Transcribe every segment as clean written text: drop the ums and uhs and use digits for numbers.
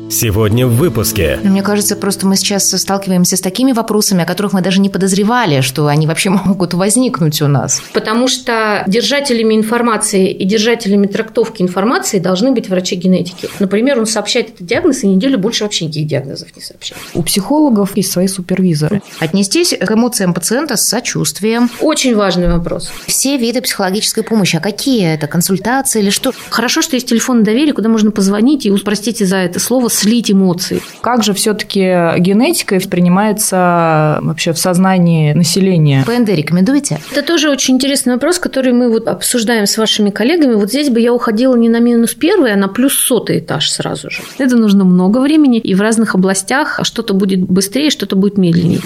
Сегодня в выпуске. Мне кажется, просто мы сейчас сталкиваемся с такими вопросами, о которых мы даже не подозревали, что они вообще могут возникнуть у нас. Потому что держателями информации и держателями трактовки информации должны быть врачи генетики. Например, он сообщает этот диагноз, и неделю больше вообще никаких диагнозов не сообщает. У психологов есть свои супервизоры. Отнестись к эмоциям пациента с сочувствием. Очень важный вопрос. Все виды психологической помощи. А какие это? Консультации или что? Хорошо, что есть телефон доверия, куда можно позвонить и, простите за это слово, слить эмоции. Как же все-таки генетика воспринимается вообще в сознании населения? ПНД рекомендуете? Это тоже очень интересный вопрос, который мы обсуждаем с вашими коллегами. Вот здесь бы я уходила не на -1, а на +100 этаж сразу же. Это нужно много времени, и в разных областях что-то будет быстрее, что-то будет медленнее.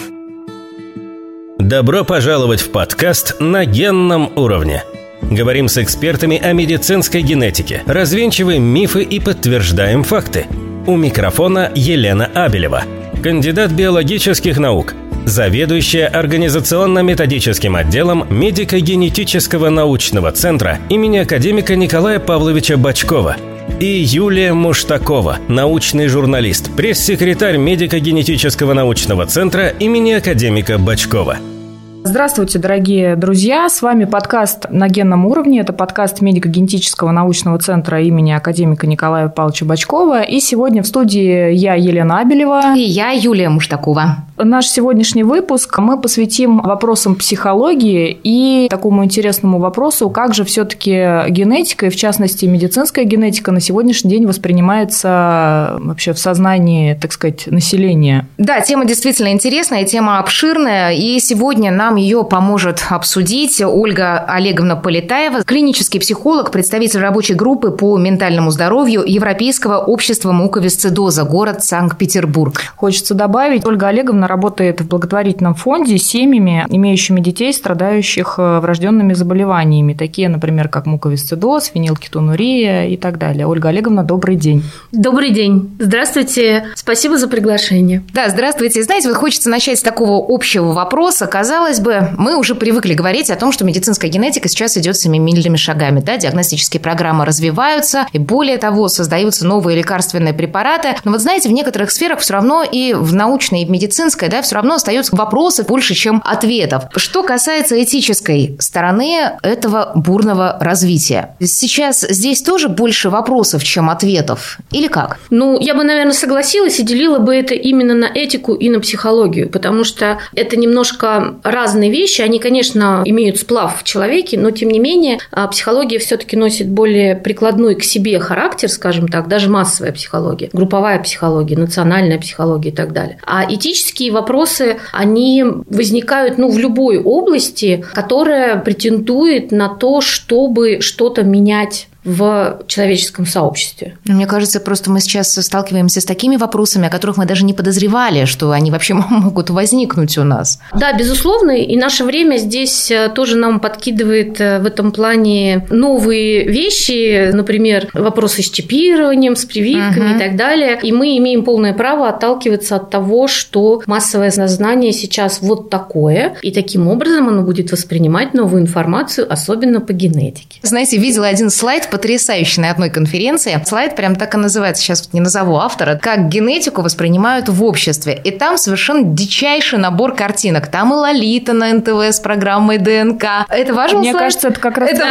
Добро пожаловать в подкаст «На генном уровне». Говорим с экспертами о медицинской генетике, развенчиваем мифы и подтверждаем факты. У микрофона Елена Абелева, кандидат биологических наук, заведующая организационно-методическим отделом медико-генетического научного центра имени академика Николая Павловича Бочкова, и Юлия Муштакова, научный журналист, пресс-секретарь медико-генетического научного центра имени академика Бочкова. Здравствуйте, дорогие друзья! С вами подкаст «На генном уровне». Это подкаст медико-генетического научного центра имени академика Николая Павловича Бочкова. И сегодня в студии я, Елена Абелева. И я, Юлия Муштакова. Наш сегодняшний выпуск мы посвятим вопросам психологии и такому интересному вопросу, как же все-таки генетика, и в частности медицинская генетика, на сегодняшний день воспринимается вообще в сознании, так сказать, населения. Да, тема действительно интересная, тема обширная, и сегодня нам ее поможет обсудить Ольга Олеговна Полетаева, клинический психолог, представитель рабочей группы по ментальному здоровью Европейского общества муковисцидоза, город Санкт-Петербург. Хочется добавить, Ольга Олеговна работает в благотворительном фонде с семьями, имеющими детей, страдающих врожденными заболеваниями, такие, например, как муковисцидоз, фенилкетонурия и так далее. Ольга Олеговна, добрый день. Добрый день. Здравствуйте. Спасибо за приглашение. Да, здравствуйте. Знаете, вот хочется начать с такого общего вопроса. Казалось бы, мы уже привыкли говорить о том, что медицинская генетика сейчас идет семимильными шагами. Да? Диагностические программы развиваются, и более того, создаются новые лекарственные препараты. Но вот знаете, в некоторых сферах все равно и в научной, и в медицинской, да, все равно остаются вопросы больше, чем ответов. Что касается этической стороны этого бурного развития, сейчас здесь тоже больше вопросов, чем ответов? Или как? Я бы, наверное, согласилась и делила бы это именно на этику и на психологию, потому что это немножко разные вещи. Они, конечно, имеют сплав в человеке, но, тем не менее, психология все-таки носит более прикладной к себе характер, скажем так, даже массовая психология, групповая психология, национальная психология и так далее. А этические вопросы, они возникают в любой области, которая претендует на то, чтобы что-то менять в человеческом сообществе. Мне кажется, просто мы сейчас сталкиваемся с такими вопросами, о которых мы даже не подозревали, что они вообще могут возникнуть у нас. Да, безусловно, и наше время здесь тоже нам подкидывает в этом плане новые вещи, например, вопросы с чипированием, с прививками и так далее. И мы имеем полное право отталкиваться от того, что массовое сознание сейчас вот такое, и таким образом оно будет воспринимать новую информацию, особенно по генетике. Знаете, видела один слайд, потрясающий на одной конференции. Слайд прям так и называется, сейчас не назову автора, как генетику воспринимают в обществе. И там совершенно дичайший набор картинок. Там и Лолита на НТВ с программой ДНК. Это важно? Мне кажется, это как раз... Это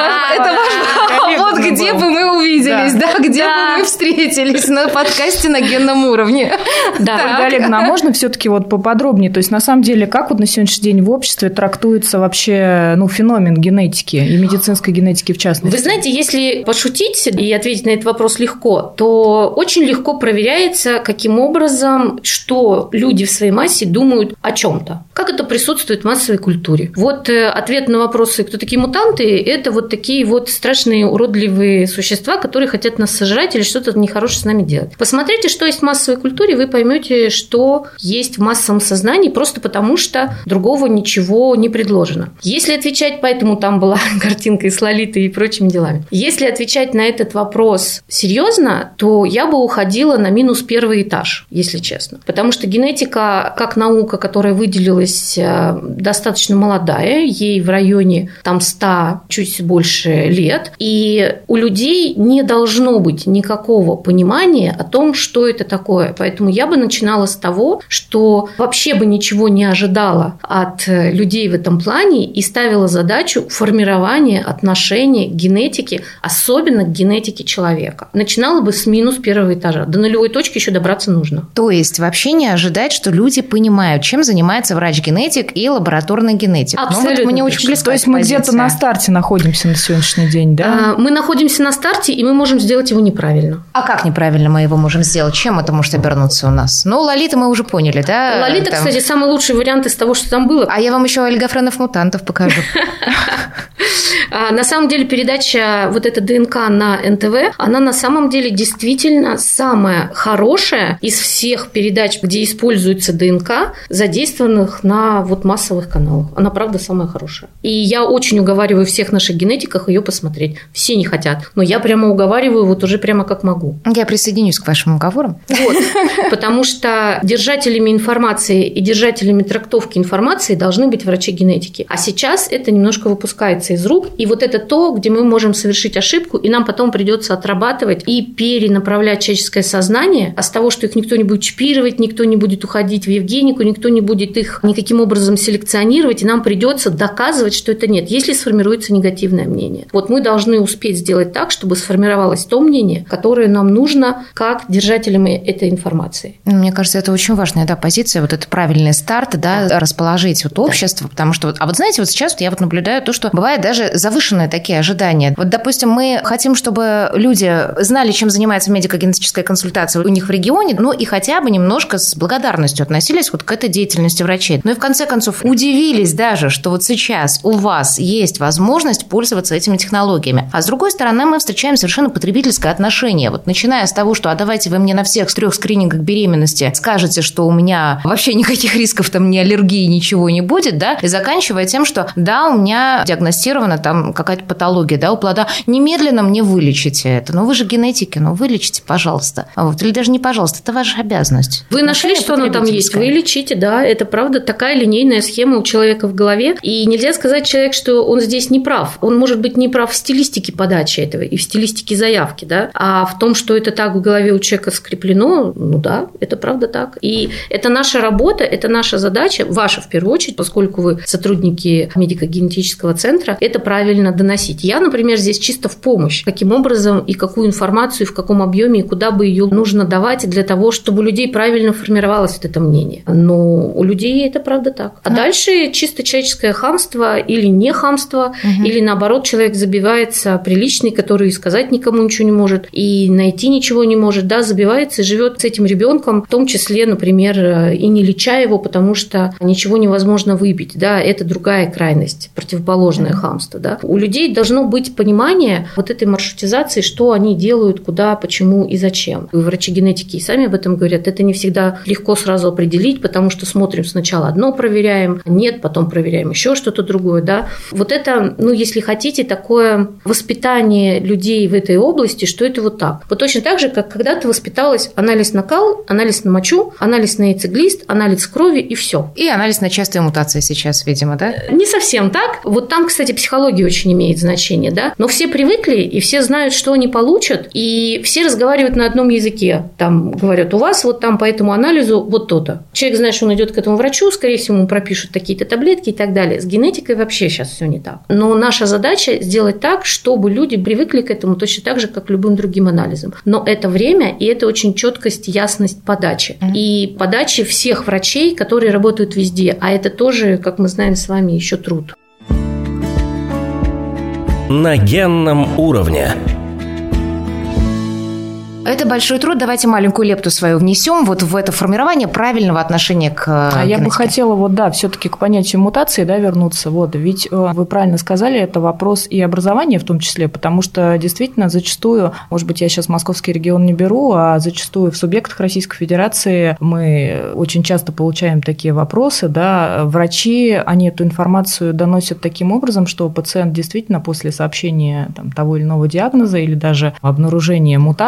важно. Вот где бы мы увиделись, где бы мы встретились на подкасте «На генном уровне». Да, Ольга Олеговна, а можно все-таки поподробнее? То есть, на самом деле, как на сегодняшний день в обществе трактуется вообще феномен генетики и медицинской генетики в частности? Вы знаете, если пошутить и ответить на этот вопрос легко, то очень легко проверяется, каким образом, что люди в своей массе думают о чем-то. Как это присутствует в массовой культуре. Вот ответ на вопросы, кто такие мутанты, это вот такие вот страшные уродливые существа, которые хотят нас сожрать или что-то нехорошее с нами делать. Посмотрите, что есть в массовой культуре, вы поймете, что есть в массовом сознании, просто потому что другого ничего не предложено. Если отвечать, поэтому там была картинка и с Лолитой и прочими делами. Если отвечать на этот вопрос серьезно, то я бы уходила на -1 этаж, если честно. Потому что генетика, как наука, которая выделилась смертность достаточно молодая, ей в районе 100, чуть больше лет, и у людей не должно быть никакого понимания о том, что это такое. Поэтому я бы начинала с того, что вообще бы ничего не ожидала от людей в этом плане и ставила задачу формирования отношения к генетике, особенно к генетике человека. Начинала бы с минус первого этажа. До нулевой точки еще добраться нужно. То есть вообще не ожидать, что люди понимают, чем занимается врач-генетик и лабораторный генетик. Абсолютно. Мне очень близка. То есть мы где-то на старте находимся на сегодняшний день, да? Мы находимся на старте, и мы можем сделать его неправильно. А как неправильно мы его можем сделать? Чем это может обернуться у нас? Лолита мы уже поняли, да? Лолита, кстати, самый лучший вариант из того, что там было. А я вам еще олигофренов-мутантов покажу. На самом деле передача вот эта ДНК на НТВ, она на самом деле действительно самая хорошая из всех передач, где используется ДНК, задействованных на массовых каналах. Она, правда, самая хорошая. И я очень уговариваю всех наших генетиков ее посмотреть. Все не хотят, но я прямо уговариваю уже прямо как могу. Я присоединюсь к вашим уговорам. Потому что держателями информации и держателями трактовки информации должны быть врачи-генетики. А сейчас это немножко выпускается из рук. И это то, где мы можем совершить ошибку, и нам потом придется отрабатывать и перенаправлять человеческое сознание, а с того, что их никто не будет чипировать, никто не будет уходить в Евгенику, никто не будет их никаким образом селекционировать, и нам придется доказывать, что это нет, если сформируется негативное мнение. Мы должны успеть сделать так, чтобы сформировалось то мнение, которое нам нужно как держателям этой информации. Мне кажется, это очень важная позиция, это правильный старт, расположить общество, потому что, знаете, сейчас я наблюдаю то, что бывает даже завышенные такие ожидания. Допустим, мы хотим, чтобы люди знали, чем занимается медико-генетическая консультация у них в регионе, и хотя бы немножко с благодарностью относились к этой деятельности врачей. И в конце концов удивились даже, что сейчас у вас есть возможность пользоваться этими технологиями. А с другой стороны, мы встречаем совершенно потребительское отношение. Начиная с того, что давайте вы мне на всех 3 скринингах беременности скажете, что у меня вообще никаких рисков, ни аллергии, ничего не будет, и заканчивая тем, что у меня диагностирована какая-то патология, у плода, немедленно мне вылечите это. Вы же генетики, вылечите, пожалуйста. Или даже не пожалуйста, это ваша обязанность. Вы нашли, что оно там есть, вы лечите, это правда такая линейная схема у человека в голове. И нельзя сказать человеку, что он здесь не прав. Он может быть не прав в стилистике подачи этого и в стилистике заявки, а в том, что это так в голове у человека скреплено, это правда так. И это наша работа, это наша задача, ваша в первую очередь, поскольку вы сотрудники медико-генетического центра, это правильно доносить. Я, например, здесь чисто в помощь. Каким образом и какую информацию, в каком объеме и куда бы ее нужно давать для того, чтобы у людей правильно формировалось это мнение. Но у людей это правда так. А дальше чисто человеческое хамство или не хамство, или наоборот человек забивается приличный, который сказать никому ничего не может и найти ничего не может, забивается и живет с этим ребенком, в том числе, например, и не леча его, потому что ничего невозможно выбить. Это другая крайность, противоположное хамство. У людей должно быть понимание этой маршрутизации, что они делают, куда, почему и зачем. И врачи-генетики и сами об этом говорят. Это не всегда легко сразу определить, потому что смотрим сначала одно, проверяем, нет, потом проверяем еще что-то другое. Это, если хотите, такое воспитание людей в этой области, что это так. Точно так же, как когда-то воспиталась анализ на кал, анализ на мочу, анализ на яйцеглист, анализ крови и все. И анализ на частые мутации сейчас, видимо, Не совсем так. Там, кстати, психология очень имеет значение, но все привыкли, и все знают, что они получат, и все разговаривают на одном языке. Говорят, у вас по этому анализу то-то. Человек знает, что он идет к этому врачу, скорее всего, ему пропишут такие-то таблетки и так далее. С генетикой вообще сейчас все не так. Но наша задача сделать так, чтобы люди привыкли к этому точно так же, как к любым другим анализам. Но это время, и это очень четкость, ясность подачи. И подачи всех врачей, которые работают везде. А это тоже, как мы знаем с вами, еще труд. На генном уровне. Это большой труд. Давайте маленькую лепту свою внесем в это формирование правильного отношения к генетике. Я бы хотела все-таки к понятию мутации вернуться. Ведь вы правильно сказали, это вопрос и образования в том числе, потому что действительно зачастую, может быть, я сейчас московский регион не беру, а зачастую в субъектах Российской Федерации мы очень часто получаем такие вопросы. Врачи, они эту информацию доносят таким образом, что пациент действительно после сообщения того или иного диагноза или даже обнаружения мутации, мы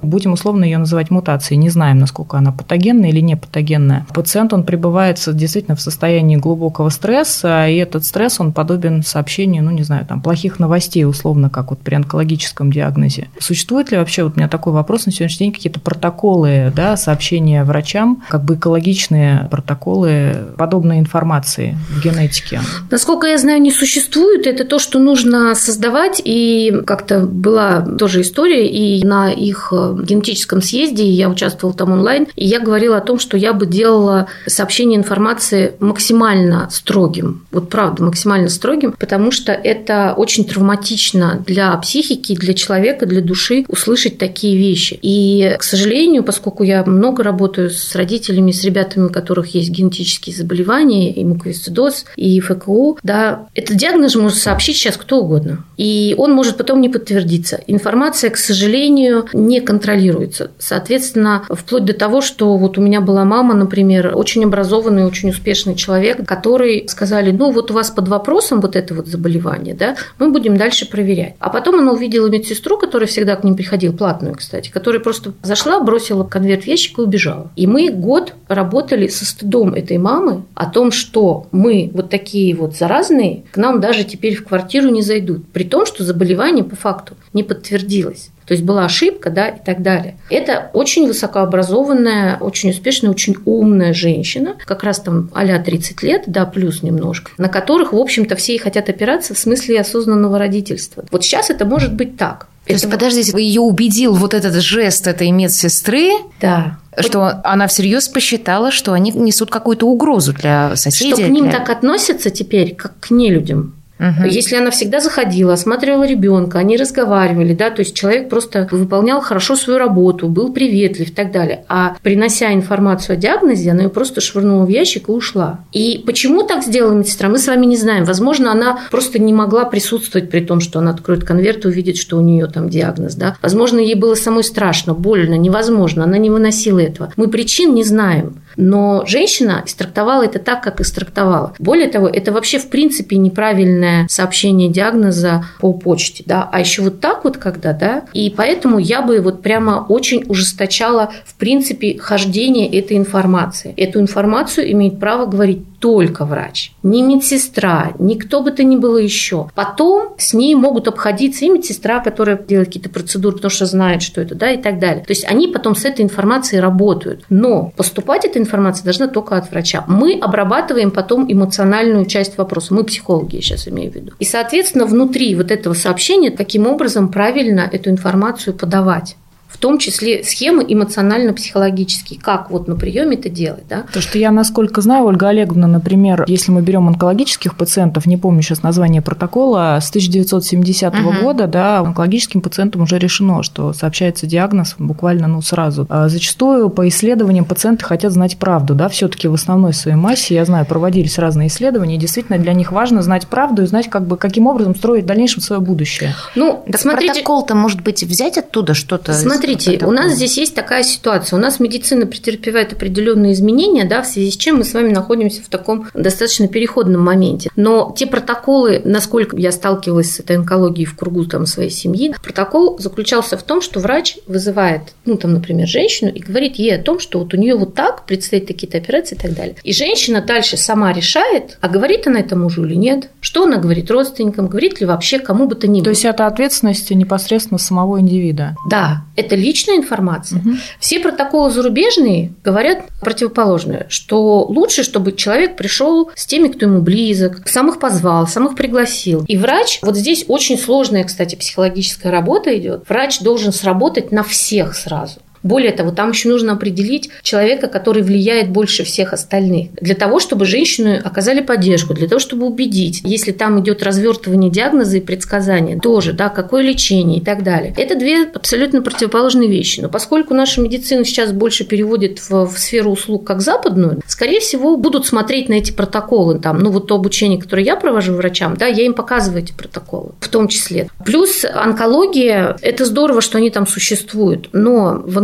будем условно ее называть мутацией, не знаем, насколько она патогенная или не патогенная. Пациент, он пребывает действительно в состоянии глубокого стресса, и этот стресс, он подобен сообщению, плохих новостей, условно, как вот при онкологическом диагнозе. Существует ли вообще, вот у меня такой вопрос, на сегодняшний день какие-то протоколы, сообщения врачам, как бы экологичные протоколы подобной информации в генетике? Насколько я знаю, не существует. Это то, что нужно создавать. И как-то была тоже история, и на их генетическом съезде я участвовала там онлайн, и я говорила о том, что я бы делала сообщение информации максимально строгим. Вот правда, максимально строгим, потому что это очень травматично для психики, для человека, для души услышать такие вещи. И, к сожалению, поскольку я много работаю с родителями, с ребятами, у которых есть генетические заболевания, и муковисцидоз, и ФКУ, этот диагноз может сообщить сейчас кто угодно. И он может потом не подтвердиться. Информация, к сожалению, не контролируется. Соответственно, вплоть до того, что вот у меня была мама, например, очень образованный, очень успешный человек, который сказали, вот у вас под вопросом вот это вот заболевание, мы будем дальше проверять. А потом она увидела медсестру, которая всегда к ним приходила, платную, кстати, которая просто зашла, бросила конверт в ящик и убежала. И мы год работали со стыдом этой мамы о том, что мы вот такие вот заразные, к нам даже теперь в квартиру не зайдут, при том, что заболевание по факту не подтвердилось. То есть была ошибка, и так далее. Это очень высокообразованная, очень успешная, очень умная женщина, как раз там а-ля 30 лет, плюс немножко, на которых, в общем-то, все и хотят опираться в смысле осознанного родительства. Вот сейчас это может быть так. То есть, подождите, ее убедил вот этот жест этой медсестры? Да. Что она всерьез посчитала, что они несут какую-то угрозу для соседей? Что к ним так относятся теперь, как к нелюдям. Если она всегда заходила, осматривала ребенка, они разговаривали, то есть человек просто выполнял хорошо свою работу, был приветлив и так далее. А принося информацию о диагнозе, она ее просто швырнула в ящик и ушла. И почему так сделала медсестра, мы с вами не знаем. Возможно, она просто не могла присутствовать при том, что она откроет конверт и увидит, что у нее там диагноз. Возможно, ей было самой страшно, больно, невозможно, она не выносила этого. Мы причин не знаем. Но женщина истрактовала это так, как истрактовала. Более того, это вообще в принципе неправильное сообщение диагноза по почте. А еще вот так вот когда, и поэтому я бы вот прямо очень ужесточала в принципе хождение этой информации. Эту информацию имеет право говорить только врач, не медсестра, ни кто бы то ни было еще. Потом с ней могут обходиться и медсестра, которая делает какие-то процедуры, потому что знает, что это, и так далее. То есть они потом с этой информацией работают. Но поступать эта информация должна только от врача. Мы обрабатываем потом эмоциональную часть вопроса. Мы психологи, я сейчас имею в виду. И, соответственно, внутри вот этого сообщения, каким образом правильно эту информацию подавать. В том числе схемы эмоционально-психологические, как вот на приеме это делать. То, что я, насколько знаю, Ольга Олеговна, например, если мы берем онкологических пациентов, не помню сейчас название протокола, с 1970 года, онкологическим пациентам уже решено, что сообщается диагноз буквально сразу. Зачастую по исследованиям пациенты хотят знать правду, все-таки в основной своей массе, я знаю, проводились разные исследования, и действительно для них важно знать правду и знать, каким образом строить в дальнейшем свое будущее. Смотрите, протокол-то, может быть, взять оттуда что-то? Смотрите, у нас здесь есть такая ситуация. У нас медицина претерпевает определенные изменения, в связи с чем мы с вами находимся в таком достаточно переходном моменте. Но те протоколы, насколько я сталкивалась с этой онкологией в кругу своей семьи, протокол заключался в том, что врач вызывает, например, женщину и говорит ей о том, что вот у нее вот так предстоят такие-то операции и так далее. И женщина дальше сама решает, а говорит она это мужу или нет, что она говорит родственникам, говорит ли вообще кому бы то ни было. То есть это ответственность непосредственно самого индивида? Да, это личная информация. Все протоколы зарубежные говорят противоположное, что лучше, чтобы человек пришел с теми, кто ему близок, самых позвал, самых пригласил. И врач, вот здесь очень сложная, кстати, психологическая работа идет. Врач должен сработать на всех сразу. Более того, там еще нужно определить человека, который влияет больше всех остальных. Для того, чтобы женщину оказали поддержку, для того, чтобы убедить, если там идет развертывание диагноза и предсказания, тоже, какое лечение и так далее. Это две абсолютно противоположные вещи. Но поскольку наша медицина сейчас больше переводит в сферу услуг как западную, скорее всего, будут смотреть на эти протоколы. То обучение, которое я провожу врачам, я им показываю эти протоколы в том числе. Плюс онкология, это здорово, что они там существуют, но в онкологии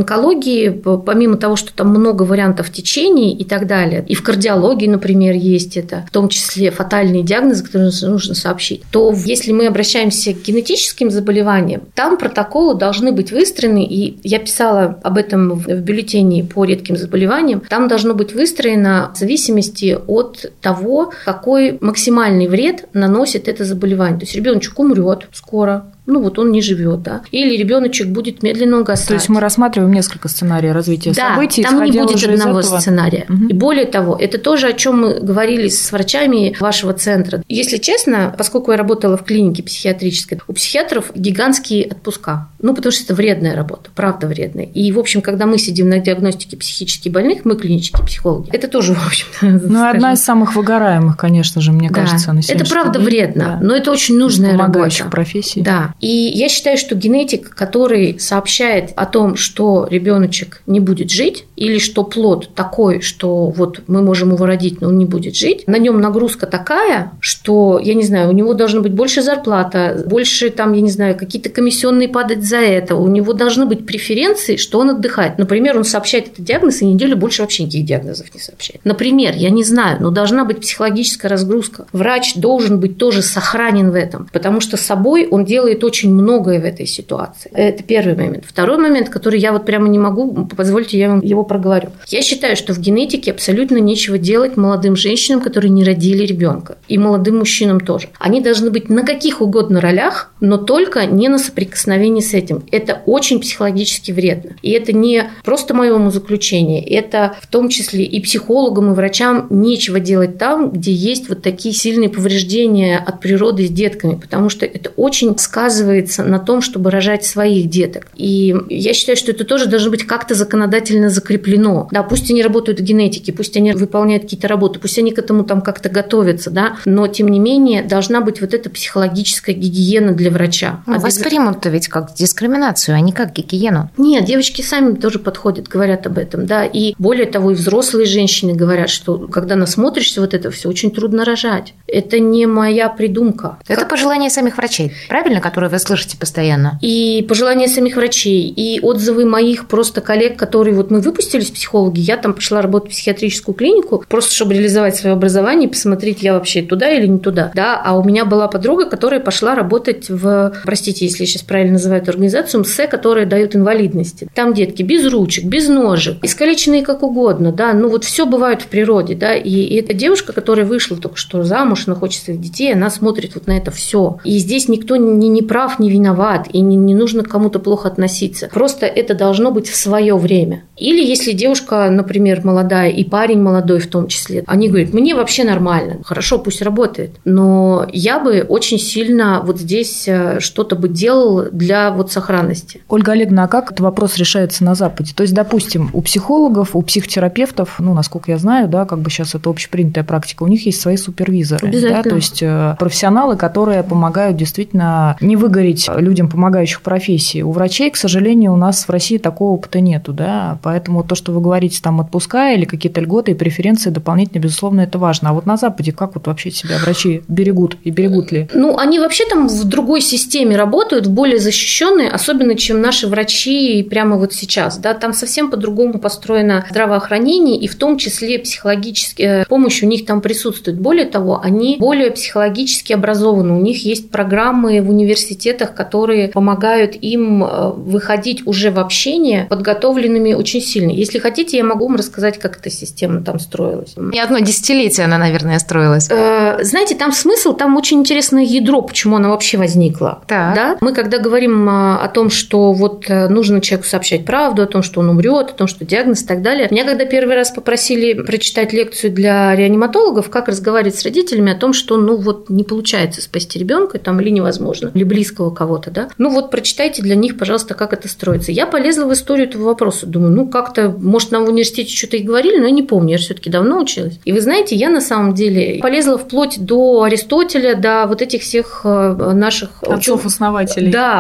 онкологии, помимо того, что там много вариантов течений и так далее, и в кардиологии, например, есть это, в том числе фатальные диагнозы, которые нужно сообщить, то если мы обращаемся к генетическим заболеваниям, там протоколы должны быть выстроены, и я писала об этом в бюллетене по редким заболеваниям, там должно быть выстроено в зависимости от того, какой максимальный вред наносит это заболевание. То есть ребеночек умрет скоро, он не живет, да. Или ребеночек будет медленно угасать. То есть мы рассматриваем несколько сценариев развития событий. Да, там не будет одного сценария. И более того, это тоже, о чем мы говорили с врачами вашего центра. Если честно, поскольку я работала в клинике психиатрической, у психиатров гигантские отпуска. Потому что это вредная работа, правда вредная. И, в общем, когда мы сидим на диагностике психически больных, мы клинические психологи. Это тоже, в общем, одна из самых выгораемых, конечно же, мне кажется, на сегодняшний день. Это правда вредно, но это очень нужная работа. Помогающих профессий. Да. И я считаю, что генетик, который сообщает о том, что ребеночек не будет жить, или что плод такой, что мы можем его родить, но он не будет жить, на нем нагрузка такая, что, я не знаю, у него должна быть больше зарплата, больше какие-то комиссионные падать за это, у него должны быть преференции, что он отдыхает. Например, он сообщает этот диагноз, и неделю больше вообще никаких диагнозов не сообщает. Например, я не знаю, но должна быть психологическая разгрузка. Врач должен быть тоже сохранен в этом, потому что с собой он делает очень многое в этой ситуации. Это первый момент. Второй момент, который я прямо не могу, позвольте, я вам его проговорю. Я считаю, что в генетике абсолютно нечего делать молодым женщинам, которые не родили ребенка, и молодым мужчинам тоже. Они должны быть на каких угодно ролях, но только не на соприкосновении с этим. Это очень психологически вредно. И это не просто мое умозаключение, это в том числе и психологам, и врачам нечего делать там, где есть такие сильные повреждения от природы с детками, потому что это очень сказывается на том, чтобы рожать своих деток. И я считаю, что это тоже должно быть как-то законодательно закреплено. Да, пусть они работают в генетике, пусть они выполняют какие-то работы, пусть они к этому как-то готовятся, да, но тем не менее должна быть эта психологическая гигиена для врача. Воспримут-то ведь как дискриминацию, а не как гигиену. Нет, девочки сами тоже подходят, говорят об этом, да, и более того, и взрослые женщины говорят, что когда насмотришься это все, очень трудно рожать. Это не моя придумка. Это пожелания самих врачей, правильно, которые вы слышите постоянно? И пожелания самих врачей, и отзывы моих просто коллег, которые мы выпустились, психологи, я там пошла работать в психиатрическую клинику, просто чтобы реализовать свое образование и посмотреть, я вообще туда или не туда, да, а у меня была подруга, которая пошла работать простите, если я сейчас правильно называю эту организацию, МСЭ, которая дает инвалидности. Там детки без ручек, без ножек, искалеченные как угодно, да, все бывает в природе, да, и эта девушка, которая вышла только что замуж, она хочет своих детей, она смотрит на это все. И здесь никто не прав, не виноват, и не нужно к кому-то плохо относиться. Просто это должно быть в свое время. Или если девушка, например, молодая, и парень молодой в том числе, они говорят, мне вообще нормально, хорошо, пусть работает, но я бы очень сильно здесь что-то бы делал для сохранности. Ольга Олеговна, а как этот вопрос решается на Западе? То есть, допустим, у психологов, у психотерапевтов, насколько я знаю, да, сейчас это общепринятая практика, у них есть свои супервизоры. Да, то есть профессионалы, которые помогают действительно не выгореть людям, помогающих профессии. У врачей, к сожалению, у нас в России такого опыта нету, да, поэтому то, что вы говорите, там отпуска или какие-то льготы и преференции дополнительно, безусловно, это важно. А на Западе как вообще себя врачи берегут и берегут ли? Они вообще там в другой системе работают, в более защищенной, особенно чем наши врачи прямо сейчас, да, там совсем по-другому построено здравоохранение, и в том числе психологическая помощь у них там присутствует. Более того, они более психологически образованы, у них есть программы в университетах, которые помогают им выходить уже в общение подготовленными очень сильно. Если хотите, я могу вам рассказать, как эта система там строилась. Не одно десятилетие она, наверное, строилась. Знаете, там смысл, там очень интересное ядро, почему она вообще возникла. Да? Мы когда говорим о том, что нужно человеку сообщать правду, о том, что он умрет, о том, что диагноз и так далее. Меня когда первый раз попросили прочитать лекцию для реаниматологов, как разговаривать с родителями о том, что не получается спасти ребенка или невозможно, или близкого кого-то, да. Прочитайте для них, пожалуйста, как это строится. Я полезла в историю этого вопроса, думаю, как-то, может, нам в университете что-то и говорили, но я не помню, я же все-таки давно училась. И вы знаете, я на самом деле полезла вплоть до Аристотеля, до этих всех наших отцов-основателей. Да, мужей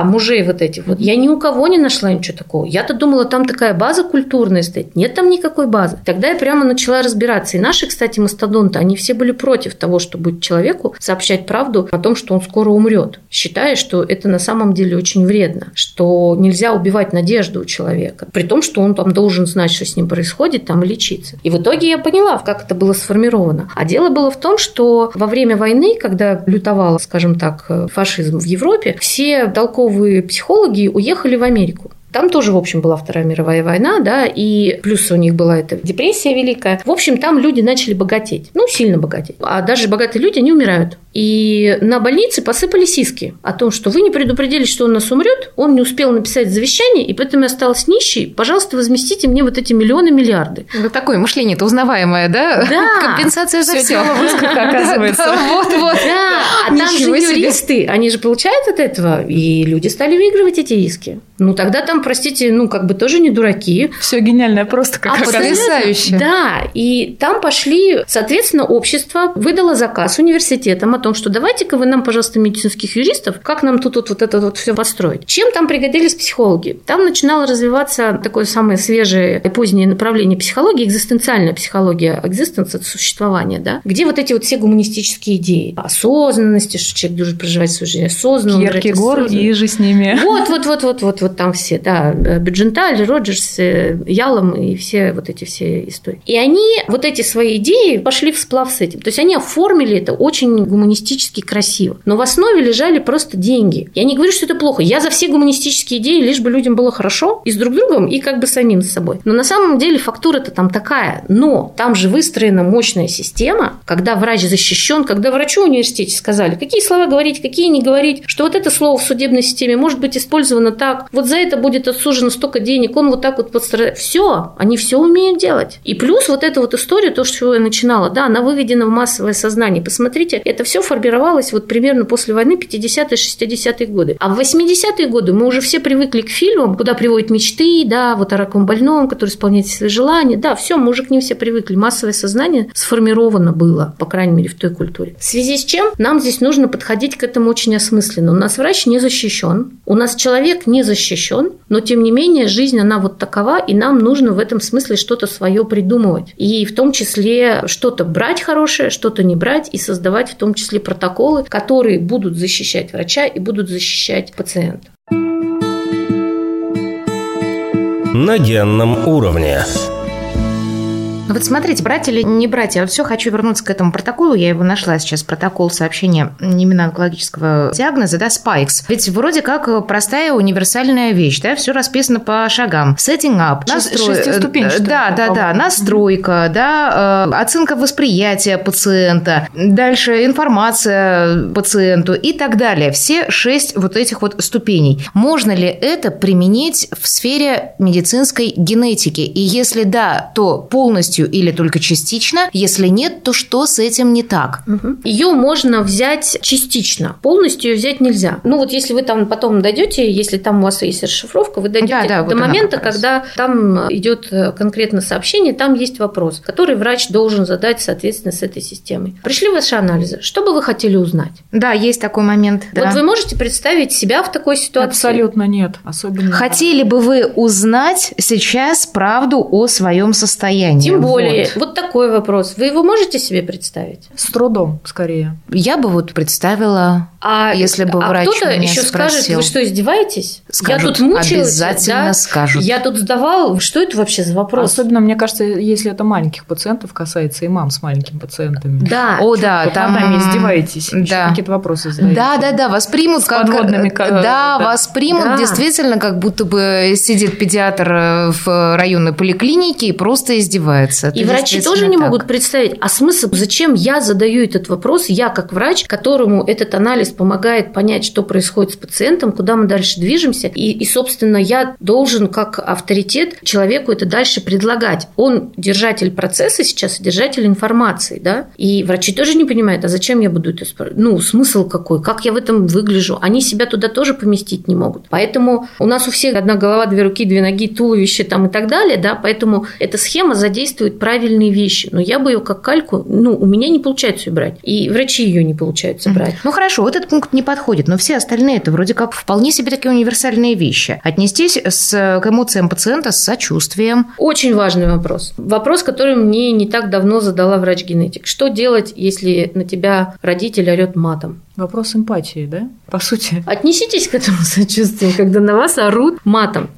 вот эти вот. Я ни у кого не нашла ничего такого. Я-то думала, там такая база культурная стоит. Нет там никакой базы. Тогда я прямо начала разбираться. И наши, кстати, мастодонты, они все были против того, чтобы человеку сообщать правду о том, что он скоро умрет, считая, что это на самом деле очень вредно, что нельзя убивать надежду у человека, при том, что он там должен знать, что с ним происходит, там и лечиться. И в итоге я поняла, как это было сформировано. А дело было в том, что во время войны, когда лютовал, скажем так, фашизм в Европе, все толковые психологи уехали в Америку. Там тоже, в общем, была Вторая мировая война, да, и плюс у них была эта депрессия великая. В общем, там люди начали богатеть, сильно богатеть. А даже богатые люди, они умирают. И на больнице посыпали сиски о том, что вы не предупредили, что он нас умрет, он не успел написать завещание, и поэтому я осталась нищей. Пожалуйста, возместите мне вот эти миллионы, миллиарды. Вот такое мышление-то узнаваемое, да? Да. Компенсация за все. Оказывается. Вот. Да. А там же юристы, они же получают от этого, и люди стали выигрывать эти иски. Тогда там, простите, тоже не дураки. Все гениальное просто как потрясающе. Да, и там пошли, соответственно, общество выдало заказ университетам о том, что давайте-ка вы нам, пожалуйста, медицинских юристов, как нам тут вот это вот все построить. Чем там пригодились психологи? Там начинало развиваться такое самое свежее и позднее направление психологии, экзистенциальная психология, экзистенс – это существование, да, где вот эти вот все гуманистические идеи осознанности, что человек должен проживать свою жизнь осознанно. Кьеркегор и же с ними. Вот там все, да, Бюдженталь, Роджерс, Ялом и все вот эти все истории. И они вот эти свои идеи пошли всплав с этим. То есть они оформили это очень гуманистически красиво. Но в основе лежали просто деньги. Я не говорю, что это плохо. Я за все гуманистические идеи, лишь бы людям было хорошо и с друг другом, и как бы самим с собой. Но на самом деле фактура-то там такая. Но там же выстроена мощная система, когда врач защищен, когда врачу в университете сказали, какие слова говорить, какие не говорить, что вот это слово в судебной системе может быть использовано так, вот за это будет отсужено столько денег, он вот так вот подстраивает. Все, они все умеют делать. И плюс вот эта вот история, то, что я начинала, да, она выведена в массовое сознание. Посмотрите, это все формировалось вот примерно после войны 50-е, 60-е годы. А в 80-е годы мы уже все привыкли к фильмам, куда приводят мечты, да, вот о раковом больном, который исполняет свои желания. Да, все, мы уже к ним все привыкли. Массовое сознание сформировано было, по крайней мере, в той культуре. В связи с чем нам здесь нужно подходить к этому очень осмысленно. У нас врач не защищен, у нас человек не защищен, но тем не менее жизнь, она вот такова, и нам нужно в этом смысле что-то свое придумывать. И в том числе что-то брать хорошее, что-то не брать, и создавать в том числе протоколы, которые будут защищать врача и будут защищать пациента. На генном уровне. Вот смотрите, брать или не брать, я вот все хочу вернуться к этому протоколу, я его нашла сейчас, протокол сообщения иммуно-онкологического диагноза, да, Spikes. Ведь вроде как простая универсальная вещь, да, все расписано по шагам. Setting up, шестиступенчатая. Да, настройка, да, оценка восприятия пациента, дальше информация пациенту и так далее. Все 6 вот этих вот ступеней. Можно ли это применить в сфере медицинской генетики? И если да, то полностью или только частично? Если нет, то что с этим не так? Ее можно взять частично, полностью ее взять нельзя. Вот если вы там потом дойдете, если там у вас есть расшифровка, вы дойдете до вот момента, когда там идет конкретно сообщение, там есть вопрос, который врач должен задать соответственно с этой системой. Пришли ваши анализы, что бы вы хотели узнать? Да, есть такой момент. Да. Вот вы можете представить себя в такой ситуации? Абсолютно нет. Особенно. Хотели бы вы узнать сейчас правду о своем состоянии? Тем более, вот такой вопрос. Вы его можете себе представить? С трудом, скорее. Я бы вот представила, если бы врач кто-то меня еще спросил. Скажет, вы что, издеваетесь? Скажут, я тут мучилась. Обязательно скажут. Я тут сдавал. Что это вообще за вопрос? Особенно, мне кажется, если это маленьких пациентов касается, и мам с маленькими пациентами. Да. О, да. Вот там над нами издеваетесь. Да. Какие-то вопросы задаете. Да. Воспримут с подводными. Воспримут действительно, как будто бы сидит педиатр в районной поликлинике и просто издевается. И врачи тоже не могут представить, а смысл, зачем я задаю этот вопрос, я как врач, которому этот анализ помогает понять, что происходит с пациентом, куда мы дальше движемся, и собственно, я должен как авторитет человеку это дальше предлагать. Он держатель процесса сейчас, держатель информации, да, и врачи тоже не понимают, а зачем я буду это спрашивать? Смысл какой, как я в этом выгляжу? Они себя туда тоже поместить не могут. Поэтому у нас у всех одна голова, 2 руки, 2 ноги, туловище там и так далее, да, поэтому эта схема задействует правильные вещи, но я бы ее как кальку, у меня не получается ее брать, и врачи ее не получается брать. Хорошо, вот этот пункт не подходит, но все остальные это вроде как вполне себе такие универсальные вещи. Отнестись к эмоциям пациента с сочувствием. Очень важный вопрос. Вопрос, который мне не так давно задала врач-генетик. Что делать, если на тебя родитель орет матом? Вопрос эмпатии, да? По сути. Отнеситесь к этому сочувствием, когда на вас орут матом.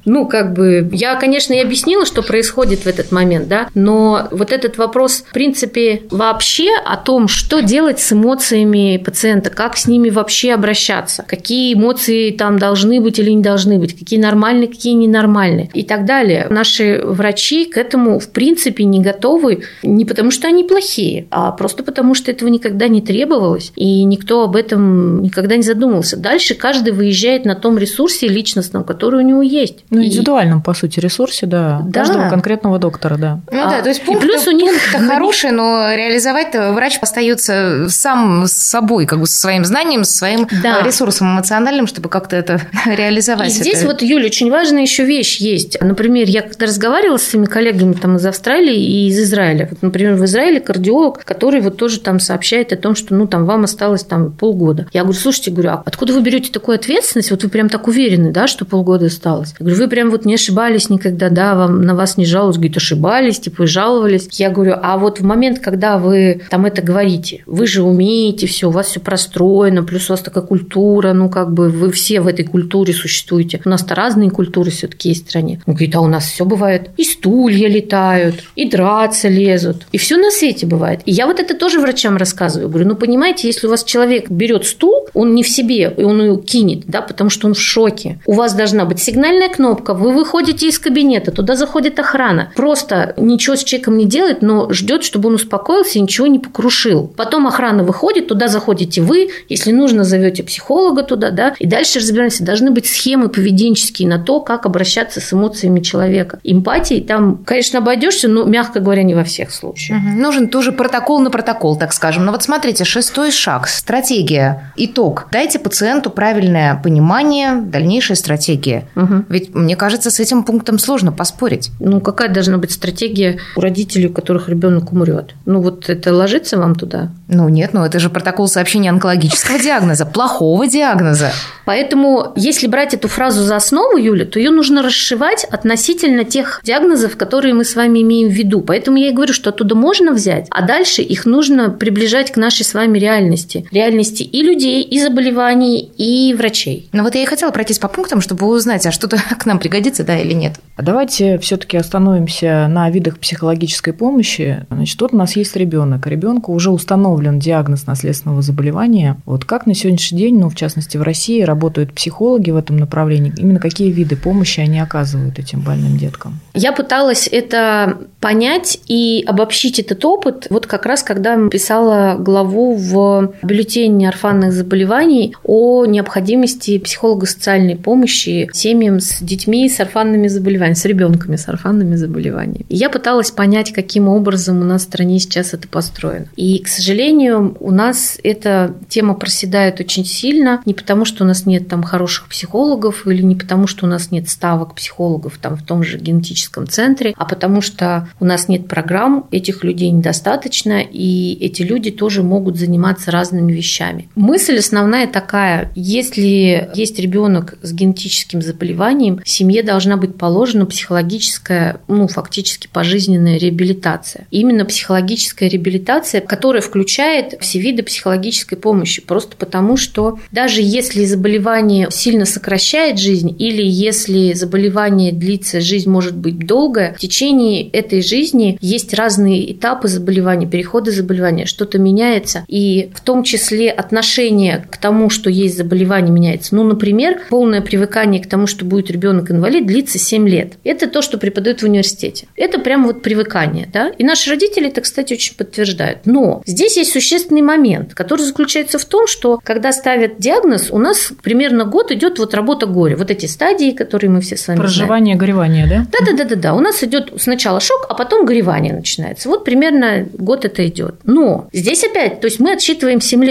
Я, конечно, и объяснила, что происходит в этот момент, да, но вот этот вопрос, в принципе, вообще о том, что делать с эмоциями пациента, как с ними вообще обращаться, какие эмоции там должны быть или не должны быть, какие нормальные, какие ненормальные и так далее. Наши врачи к этому, в принципе, не готовы не потому, что они плохие, а просто потому, что этого никогда не требовалось, и никто об этом никогда не задумывался. Дальше каждый выезжает на том ресурсе личностном, который у него есть. Индивидуальном, по сути, ресурсе, да. Каждого конкретного доктора, да. То есть плюс у них хороший, но реализовать-то врач остается сам с собой, как бы со своим знанием, со своим ресурсом эмоциональным, чтобы как-то это реализовать. И здесь Юль, очень важная еще вещь есть. Например, я когда разговаривала с своими коллегами там из Австралии и из Израиля. Например, в Израиле кардиолог, который тоже там сообщает о том, что вам осталось там полгода. Я говорю, слушайте, а откуда вы берете такую ответственность? Вы прям так уверены, да, что полгода осталось? Я говорю, вы прям не ошибались никогда, да, на вас не жаловались. Говорит, ошибались, и жаловались. Я говорю, а в момент, когда вы там это говорите, вы же умеете все, у вас все простроено, плюс у вас такая культура, вы все в этой культуре существуете. У нас-то разные культуры все-таки есть в стране. Он говорит, а у нас все бывает. И стулья летают, и драться лезут, и все на свете бывает. И я это тоже врачам рассказываю. Говорю, понимаете, если у вас человек берет стул, он не в себе, и он ее кинет, да, потому что он в шоке. У вас должна быть сигнальная кнопка, вы выходите из кабинета, туда заходит охрана. Просто ничего с человеком не делает, но ждет, чтобы он успокоился и ничего не покрушил. Потом охрана выходит, туда заходите вы, если нужно, зовете психолога туда, да, и дальше разбираемся. Должны быть схемы поведенческие на то, как обращаться с эмоциями человека. Эмпатии там, конечно, обойдешься, но, мягко говоря, не во всех случаях. Нужен тоже протокол на протокол, так скажем. Но смотрите, 6-й шаг, стратегия. Итог. Дайте пациенту правильное понимание дальнейшей стратегии. Ведь, мне кажется, с этим пунктом сложно поспорить. Какая должна быть стратегия у родителей, у которых ребенок умрет? Это ложится вам туда? Нет, это же протокол сообщения онкологического диагноза, плохого диагноза. Поэтому, если брать эту фразу за основу, Юля, то ее нужно расшивать относительно тех диагнозов, которые мы с вами имеем в виду. Поэтому я и говорю, что оттуда можно взять, а дальше их нужно приближать к нашей с вами реальности. Реальности и людей, и заболеваний, и врачей. Я и хотела пройтись по пунктам, чтобы узнать, а что-то к нам пригодится, да или нет. Давайте все-таки остановимся на видах психологической помощи. Тут у нас есть ребенок. Ребенку уже установлен диагноз наследственного заболевания. Как на сегодняшний день, в частности в России, работают психологи в этом направлении? Именно какие виды помощи они оказывают этим больным деткам? Я пыталась это понять и обобщить этот опыт, как раз когда писала главу в бюллетене орфанных заболеваний о необходимости психолого-социальной помощи семьям с детьми с орфанными заболеваниями, с ребенками с орфанными заболеваниями. И я пыталась понять, каким образом у нас в стране сейчас это построено. И, к сожалению, у нас эта тема проседает очень сильно, не потому, что у нас нет там хороших психологов или не потому, что у нас нет ставок психологов там в том же генетическом центре, а потому что у нас нет программ, этих людей недостаточно, и эти люди тоже могут заниматься разными вещами. Мысль основная такая: если есть ребенок с генетическим заболеванием, семье должна быть положена психологическая, фактически пожизненная реабилитация. Именно психологическая реабилитация, которая включает все виды психологической помощи, просто потому что даже если заболевание сильно сокращает жизнь или если заболевание длится, жизнь может быть долгая, в течение этой жизни есть разные этапы заболевания, переходы заболевания, что-то меняется, и в том числе отношение к тому, что есть заболевание, меняется. Например, полное привыкание к тому, что будет ребенок-инвалид, длится 7 лет. Это то, что преподают в университете. Это прям привыкание, да? И наши родители это, кстати, очень подтверждают. Но здесь есть существенный момент, который заключается в том, что когда ставят диагноз, у нас примерно год идет работа горя. Эти стадии, которые мы все с вами проживание, знаем. горевание, да? Да. У нас идет сначала шок, а потом горевание начинается. Примерно год это идет. Но здесь опять, то есть мы отсчитываем 7 лет. С какого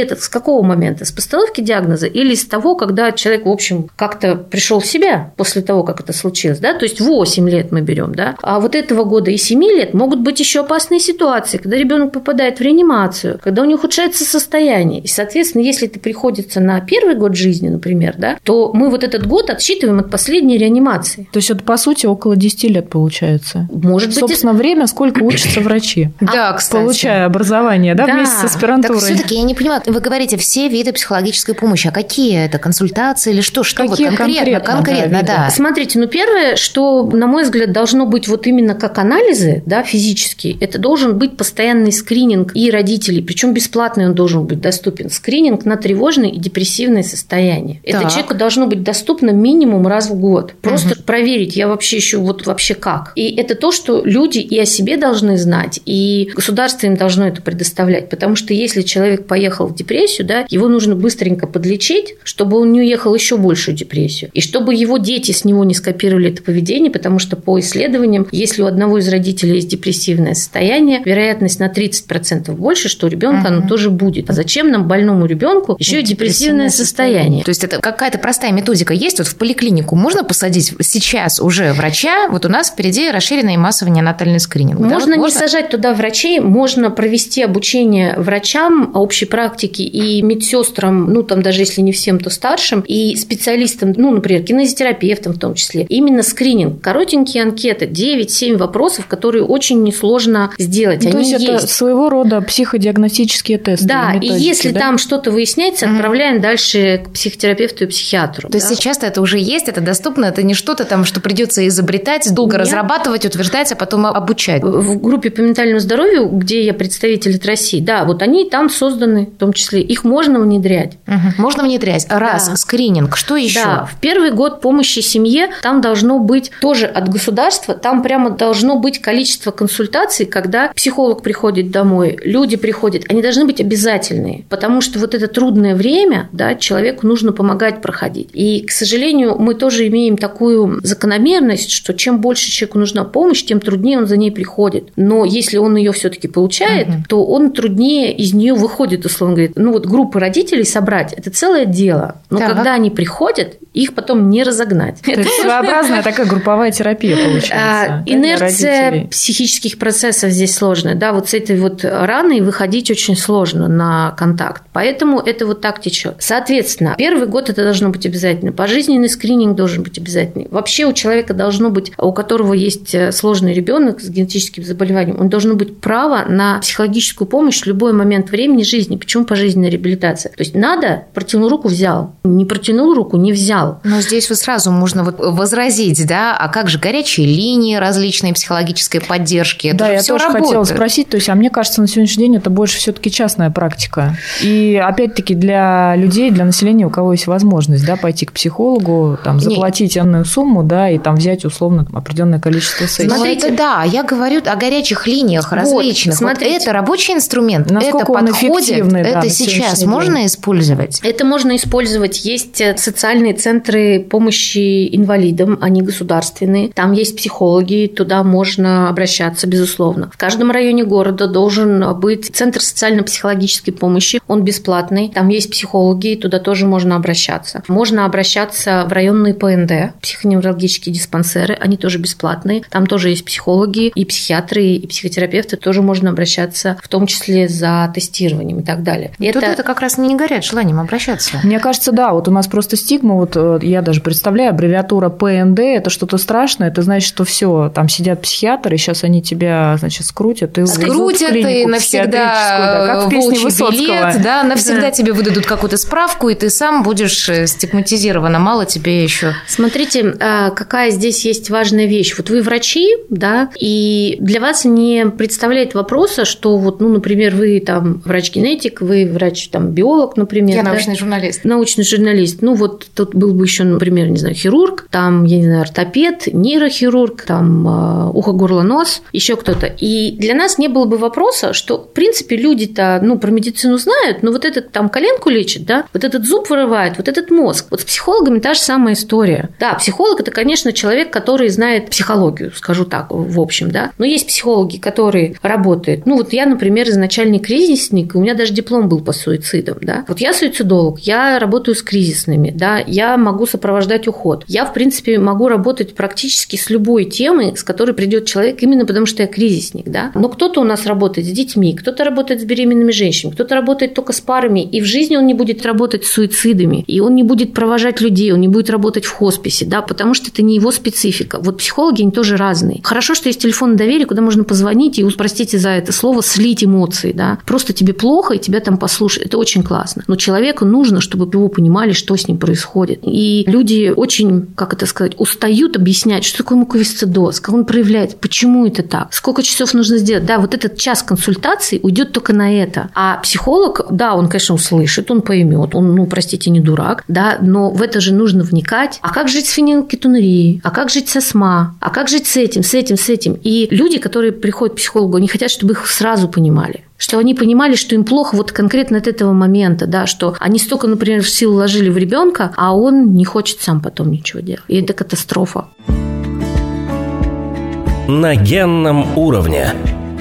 какого момента? С постановки диагноза или с того, когда человек, в общем, как-то пришел в себя после того, как это случилось, да? То есть 8 лет мы берем, да? А вот этого года и 7 лет могут быть еще опасные ситуации, когда ребенок попадает в реанимацию, когда у него ухудшается состояние. И, соответственно, если это приходится на первый год жизни, например, да, то мы вот этот год отсчитываем от последней реанимации. То есть это, по сути, около 10 лет получается. Может быть, собственно, время, сколько учатся врачи. Да, кстати. Получая образование, да, вместе с аспирантурой. Так все-таки я не понимаю, вы говорите все виды психологической помощи, а какие это консультации или что Какие вот конкретно, да. Смотрите, первое, что, на мой взгляд, должно быть вот именно как анализы, да, физические, это должен быть постоянный скрининг и родителей, причем бесплатный он должен быть доступен. Скрининг на тревожное и депрессивное состояние. Это человеку должно быть доступно минимум раз в год. Просто проверить, я вообще еще вот вообще как. И это то, что люди и о себе должны знать, и государство им должно это предоставлять. Потому что если человек поехал в депрессию, да, его нужно быстренько подлечить, чтобы он не уехал еще большую депрессию. И чтобы его дети с него не скопировали это поведение, потому что по исследованиям, если у одного из родителей есть депрессивное состояние, вероятность на 30% больше, что у ребенка оно тоже будет. А зачем нам, больному ребенку, еще и депрессивное состояние? То есть это какая-то простая методика есть? Вот в поликлинику можно посадить сейчас уже врача? Вот у нас впереди расширенный массовый неонатальный скрининг. Можно не сажать туда врачей, можно провести обучение врачам общей практики и медсестрам, там даже если не всем, то старшим, и специалистам, например, кинезитерапевтам в том числе. Именно скрининг. Коротенькие анкеты, 9-7 вопросов, которые очень несложно сделать. То есть это своего рода психодиагностические тесты. Да, и если там что-то выясняется, отправляем дальше к психотерапевту и психиатру. То есть сейчас это уже есть, это доступно, это не что-то там, что придется изобретать, долго разрабатывать, утверждать, а потом обучать. В группе по ментальному здоровью, где я представитель от России, да, вот они там созданы, в том числе, их можно внедрять. Можно внедрять. Раз, скрининг, что еще? Да, в первый год помощи семье там должно быть тоже от государства, там прямо должно быть количество консультаций, когда психолог приходит домой, люди приходят, они должны быть обязательные, потому что вот это трудное время, да, человеку нужно помогать проходить. И, к сожалению, мы тоже имеем такую закономерность, что чем больше человеку нужна помощь, тем труднее он за ней приходит. Но если он ее все-таки получает, то он труднее из нее выходит, условно говоря. Группы родителей собрать – это целое дело. Но когда они приходят, их потом не разогнать. То есть своеобразная такая групповая терапия получается. Инерция психических процессов здесь сложная. Да, вот с этой вот раной выходить очень сложно на контакт. Поэтому это вот так течет. Соответственно, первый год это должно быть обязательно. Пожизненный скрининг должен быть обязательный. Вообще у человека должно быть, у которого есть сложный ребенок с генетическим заболеванием, он должен быть право на психологическую помощь в любой момент времени жизни. Почему пожизненная реабилитация? То есть надо, протянул руку, взял. Не протянул руку, не взял. Но здесь вот сразу можно возразить, да, а как же горячие линии различной психологической поддержки? Это я тоже хотела спросить, то есть, мне кажется, на сегодняшний день это больше все-таки частная практика. И опять-таки для людей, для населения, у кого есть возможность, да, пойти к психологу, заплатить энную сумму, да, и взять условно определенное количество сессий. Смотрите, я говорю о горячих линиях различных. Смотрите, это рабочий инструмент, насколько это подходит, это сейчас можно использовать? Это можно использовать. Есть социальные центры помощи инвалидам, они государственные. Там есть психологи, туда можно обращаться, безусловно. В каждом районе города должен быть центр социально-психологической помощи. Он бесплатный. Там есть психологи, туда тоже можно обращаться. Можно обращаться в районные ПНД, психоневрологические диспансеры, они тоже бесплатные. Там тоже есть психологи и психиатры, и психотерапевты, тоже можно обращаться, в том числе за тестированием и так далее. Тут это как раз не горят желанием обращаться. Мне кажется, да, вот у нас просто стигма, вот я даже представляю, аббревиатура ПНД, это что-то страшное, это значит, что все, там сидят психиатры, и сейчас они тебя, значит, скрутят и увезут в клинику навсегда, как в песне Высоцкого. Билет, да, навсегда тебе выдадут какую-то справку, и ты сам будешь стигматизирован, а мало тебе еще. Смотрите, какая здесь есть важная вещь. Вот вы врачи, да, и для вас не представляет вопроса, что вот, например, вы там врач-генетик, вы врач-биолог, например. Я научный журналист. Научный журналист. Вот тут был бы еще, например, не знаю, хирург, там, я не знаю, ортопед, нейрохирург, там, ухо, горло, нос, еще кто-то. И для нас не было бы вопроса, что, в принципе, люди-то, про медицину знают, но вот этот там коленку лечит, да, вот этот зуб вырывает, вот этот мозг. Вот с психологами та же самая история. Да, психолог – это, конечно, человек, который знает психологию, скажу так, в общем, да. Но есть психологи, которые работают. Я, например, изначальный кризисник, у меня даже диплом был по суицидом, да. Вот я суицидолог, я работаю с кризисными, да, я могу сопровождать уход. Я, в принципе, могу работать практически с любой темой, с которой придет человек, именно потому что я кризисник, да. Но кто-то у нас работает с детьми, кто-то работает с беременными женщинами, кто-то работает только с парами, и в жизни он не будет работать с суицидами, и он не будет провожать людей, он не будет работать в хосписе, да, потому что это не его специфика. Вот психологи, они тоже разные. Хорошо, что есть телефон доверия, куда можно позвонить и, простите за это слово, слить эмоции, да. Просто тебе плохо, и тебя там послушают. Это очень классно. Но человеку нужно, чтобы его понимали, что с ним происходит. И люди очень, как это сказать, устают объяснять, что такое муковисцидоз, как он проявляется, почему это так, сколько часов нужно сделать. Да, вот этот час консультаций уйдет только на это. А психолог, да, он, конечно, услышит, он поймет, он, простите, не дурак, да, но в это же нужно вникать. А как жить с фенилкетонурией? А как жить с астма? А как жить с этим, с этим, с этим? И люди, которые приходят к психологу, они хотят, чтобы их сразу понимали. Что они понимали, что им плохо вот конкретно от этого момента, да, что они столько, например, сил вложили в ребенка, а он не хочет сам потом ничего делать. И это катастрофа. На генном уровне.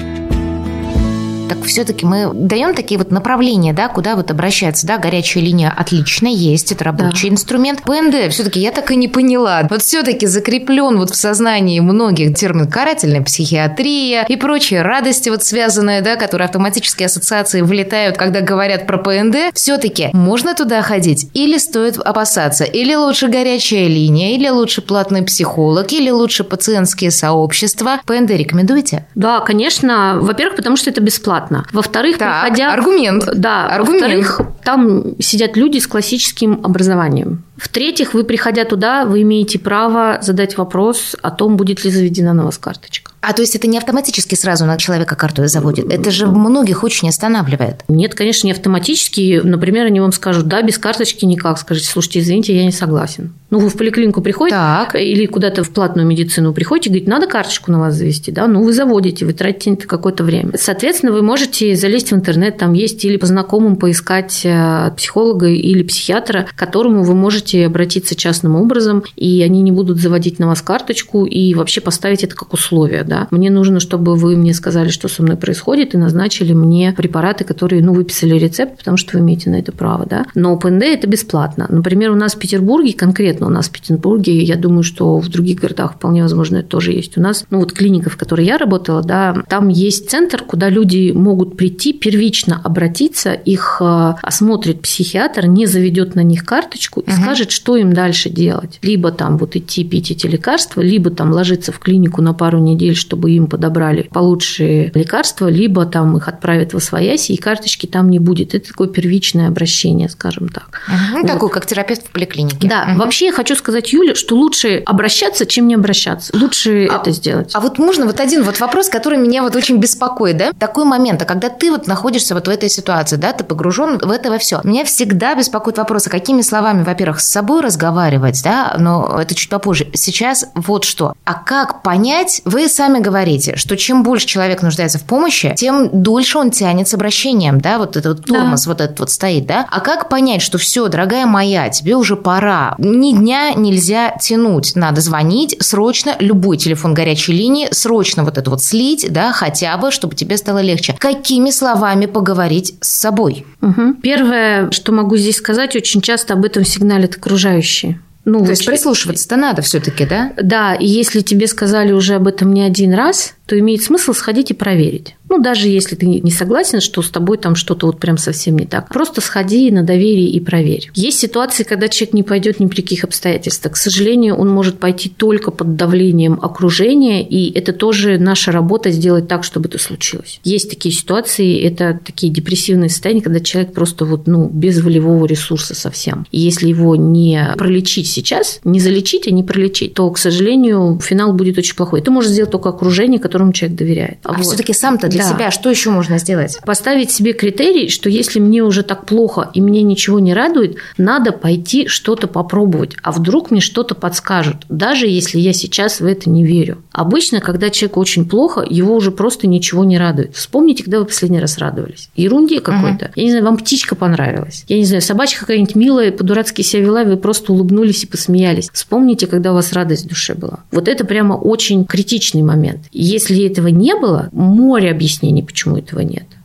Так все-таки мы даем такие вот направления, да, куда вот обращаться, да, горячая линия отлично есть, это рабочий инструмент. ПНД все-таки я так и не поняла. Вот все-таки закреплен вот в сознании многих термин карательная психиатрия и прочие радости вот связанные, да, которые автоматические ассоциации влетают, когда говорят про ПНД. Все-таки можно туда ходить или стоит опасаться? Или лучше горячая линия, или лучше платный психолог, или лучше пациентские сообщества? ПНД рекомендуете? Да, конечно. Во-первых, потому что это бесплатно. Во-вторых, так, приходя... аргумент. Да, аргумент. Во-вторых, там сидят люди с классическим образованием. В-третьих, вы, приходя туда, вы имеете право задать вопрос о том, будет ли заведена на вас карточка. А то есть это не автоматически сразу на человека карту заводит? Это же многих очень останавливает. Нет, конечно, не автоматически. Например, они вам скажут, да, без карточки никак. Скажите, слушайте, извините, я не согласен. Ну, вы в поликлинику приходите или куда-то в платную медицину приходите, говорите, надо карточку на вас завести, да, ну, вы заводите, вы тратите какое-то время. Соответственно, вы можете залезть в интернет, там есть или по знакомым поискать психолога или психиатра, к которому вы можете обратиться частным образом, и они не будут заводить на вас карточку и вообще поставить это как условие, да. Мне нужно, чтобы вы мне сказали, что со мной происходит, и назначили мне препараты, которые, выписали рецепт, потому что вы имеете на это право, да. Но ПНД – это бесплатно. Например, у нас в Петербурге, конкретно у нас в Петербурге, я думаю, что в других городах вполне возможно это тоже есть у нас. Клиника, в которой я работала, да, там есть центр, куда люди могут прийти, первично обратиться, их осмотрит психиатр, не заведет на них карточку и скажет, что им дальше делать. Либо там идти пить эти лекарства, либо там ложиться в клинику на пару недель, чтобы им подобрали получшие лекарства, либо там их отправят в освояси, и карточки там не будет. Это такое первичное обращение, скажем так. Такой, как терапевт в поликлинике. Да, вообще я хочу сказать, Юля, что лучше обращаться, чем не обращаться. Лучше это сделать. А можно один вопрос, который меня очень беспокоит, да? Такой момент, когда ты находишься в этой ситуации, да, ты погружен в это во все. Меня всегда беспокоит вопрос, какими словами, во-первых, с собой разговаривать, да, но это чуть попозже. Сейчас вот что. А как понять, вы сами говорите, что чем больше человек нуждается в помощи, тем дольше он тянет с обращением, да, этот тормоз этот стоит, да. А как понять, что все, дорогая моя, тебе уже пора, ни дня нельзя тянуть, надо звонить срочно, любой телефон горячей линии, срочно это слить, да, хотя бы, чтобы тебе стало легче. Какими словами поговорить с собой? Первое, что могу здесь сказать, очень часто об этом сигналят окружающие. То есть прислушиваться-то надо все-таки, да? Да, и если тебе сказали уже об этом не один раз, то имеет смысл сходить и проверить. Даже если ты не согласен, что с тобой там что-то прям совсем не так. Просто сходи на доверие и проверь. Есть ситуации, когда человек не пойдет ни при каких обстоятельствах. К сожалению, он может пойти только под давлением окружения, и это тоже наша работа сделать так, чтобы это случилось. Есть такие ситуации, это такие депрессивные состояния, когда человек просто без волевого ресурса совсем. И если его не пролечить сейчас, не залечить, а не пролечить, то, к сожалению, финал будет очень плохой. Это может сделать только окружение, которому человек доверяет. А все-таки сам-то для себя что еще можно сделать? Поставить себе критерий, что если мне уже так плохо и мне ничего не радует, надо пойти что-то попробовать. А вдруг мне что-то подскажут, даже если я сейчас в это не верю. Обычно, когда человеку очень плохо, его уже просто ничего не радует. Вспомните, когда вы последний раз радовались. Ерунде какой-то. Я не знаю, вам птичка понравилась. Я не знаю, собачка какая-нибудь милая, по-дурацки себя вела, и вы просто улыбнулись и посмеялись. Вспомните, когда у вас радость в душе была. Это прямо очень критичный момент. Если этого не было, море объяснений, почему этого нет.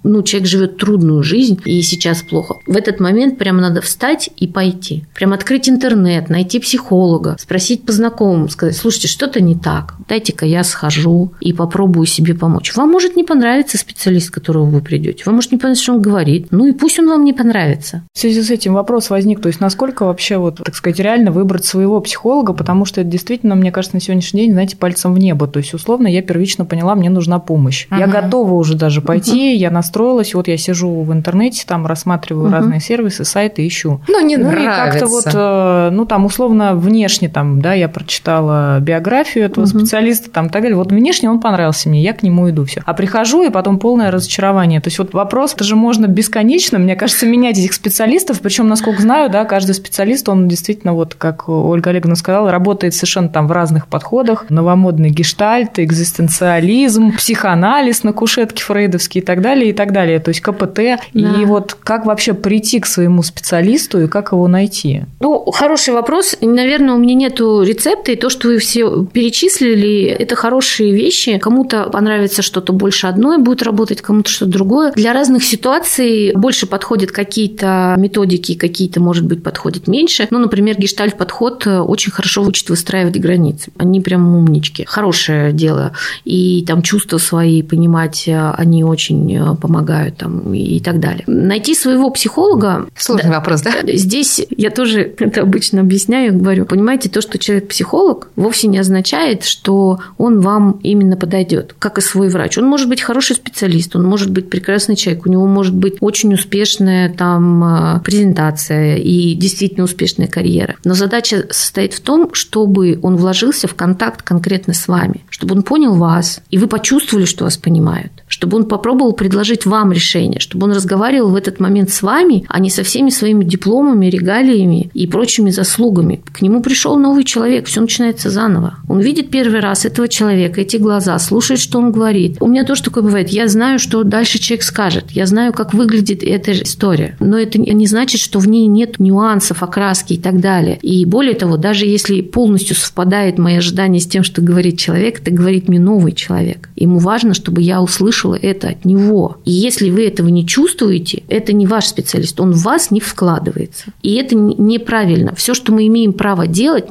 человек живет трудную жизнь, и сейчас плохо. В этот момент прямо надо встать и пойти. Прям открыть интернет, найти психолога, спросить по знакомым, сказать: слушайте, что-то не так, дайте-ка я схожу и попробую себе помочь. Вам может не понравиться специалист, к которому вы придете. Вам может не понравиться, что он говорит. И пусть он вам не понравится. В связи с этим вопрос возник, то есть насколько вообще, так сказать, реально выбрать своего психолога, потому что это действительно, мне кажется, на сегодняшний день, знаете, пальцем в небо. То есть, условно, я первично поняла, мне нужна помощь. Я готова уже даже пойти, я настроилась, вот я сижу в интернете, там рассматриваю разные сервисы, сайты, ищу. Не нравится. И как-то там условно внешне я прочитала биографию этого специалиста, так далее. Вот внешне он понравился мне, я к нему иду, все. А прихожу, и потом полное разочарование. То есть вопрос, это же можно бесконечно, мне кажется, менять этих специалистов, причем, насколько знаю, каждый специалист, он действительно, как Ольга Олеговна сказала, работает совершенно в разных подходах. Новомодный гештальт, экзистенциализм, психоанализ на кушетке фрейдовский и так далее, и так далее. То есть КПТ. Да. И как вообще прийти к своему специалисту и как его найти? Хороший вопрос. Наверное, у меня нету рецепта, и то, что вы все перечислили, это хорошие вещи. Кому-то понравится что-то больше одной, будет работать, кому-то что-то другое. Для разных ситуаций больше подходят какие-то методики, какие-то, может быть, подходят меньше. Например, гештальт-подход очень хорошо учит выстраивать границы. Они прям умнички. Хорошее дело. И чувства свои понимать, они очень помогают и так далее. Найти своего психолога... Сложный вопрос, да? Здесь я тоже это обычно объясняю, говорю, понимаете, то, что человек психолог, вовсе не означает, что он вам именно подойдет, как и свой врач. Он может быть хороший специалист, он может быть прекрасный человек, у него может быть очень успешная презентация и действительно успешная карьера. Но задача состоит в том, чтобы он вложился в контакт конкретно с вами, чтобы он понял вас, и вы почувствовали, что вас понимают, чтобы он попробовал предложить вам решение, чтобы он разговаривал в этот момент с вами, а не со всеми своими дипломами, регалиями и прочими заслугами. К нему пришел новый человек, все начинается заново. Он видит первый раз этого человека, эти глаза, слушает, что он говорит. У меня тоже такое бывает. Я знаю, что дальше человек скажет. Я знаю, как выглядит эта история. Но это не значит, что в ней нет нюансов, окраски и так далее. И более того, даже если полностью совпадает мои ожидания с тем, что говорит человек, это говорит мне новый человек. Ему важно, чтобы я услышала это от него. И если вы этого не чувствуете, это не ваш специалист, он в вас не вкладывается. И это неправильно. Все, что мы имеем право делать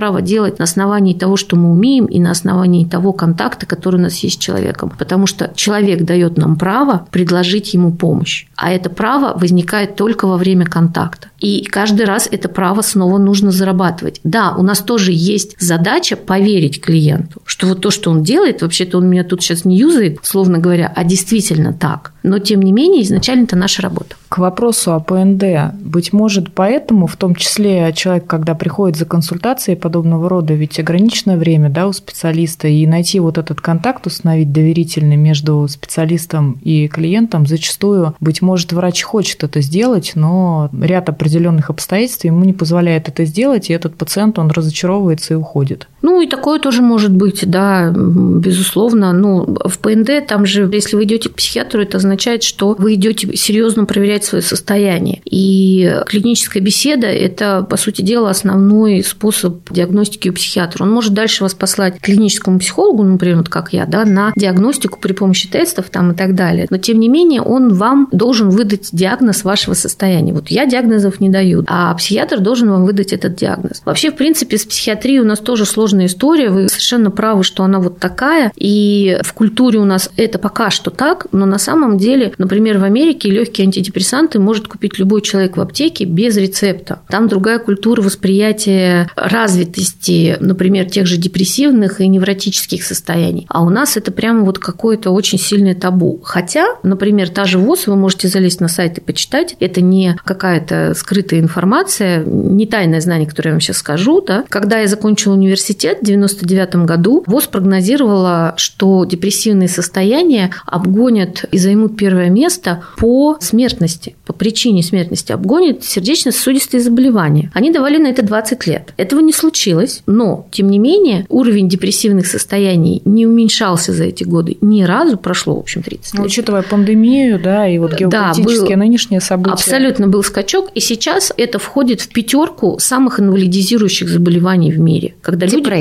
на основании того, что мы умеем, и на основании того контакта, который у нас есть с человеком. Потому что человек дает нам право предложить ему помощь. А это право возникает только во время контакта. И каждый раз это право снова нужно зарабатывать. Да, у нас тоже есть задача поверить клиенту, что то, что он делает, вообще-то он меня тут сейчас не юзает, словно говоря, а действительно так. Но, тем не менее, изначально это наша работа. К вопросу о ПНД. Быть может, поэтому, в том числе, человек, когда приходит за консультацией подобного рода, ведь ограниченное время у специалиста, и найти этот контакт, установить доверительный между специалистом и клиентом, зачастую, быть может, врач хочет это сделать, но ряд определенных обстоятельств ему не позволяет это сделать, и этот пациент, он разочаровывается и уходит. И такое тоже может быть, да, безусловно. В ПНД, там же, если вы идете к психиатру, это означает, что вы идете серьезно проверять свое состояние. И клиническая беседа – это, по сути дела, основной способ диагностики у психиатра. Он может дальше вас послать к клиническому психологу, например, как я, на диагностику при помощи тестов и так далее. Но, тем не менее, он вам должен выдать диагноз вашего состояния. Я диагнозов не даю, а психиатр должен вам выдать этот диагноз. Вообще, в принципе, с психиатрией у нас тоже сложная история. Вы совершенно правы, что она такая. И в культуре у нас это пока что так, но на самом деле, например, в Америке легкие антидепрессанты может купить любой человек в аптеке без рецепта. Там другая культура восприятия развитости, например, тех же депрессивных и невротических состояний. А у нас это прямо какое-то очень сильное табу. Хотя, например, та же ВОЗ, вы можете залезть на сайт и почитать, это не какая-то скрытая информация, не тайное знание, которое я вам сейчас скажу. Когда я закончила университет в 1999 году, ВОЗ прогнозировала, что депрессивные состояния обгонят и займут первое место по смертности, по причине смертности, обгонят сердечно-сосудистые заболевания. Они давали на это 20 лет. Этого не случилось, но, тем не менее, уровень депрессивных состояний не уменьшался за эти годы. Ни разу, прошло, в общем, 30 лет. Учитывая пандемию, и геополитические нынешние события. Абсолютно был скачок, и сейчас это входит в 5 самых инвалидизирующих заболеваний в мире. Когда депрессия.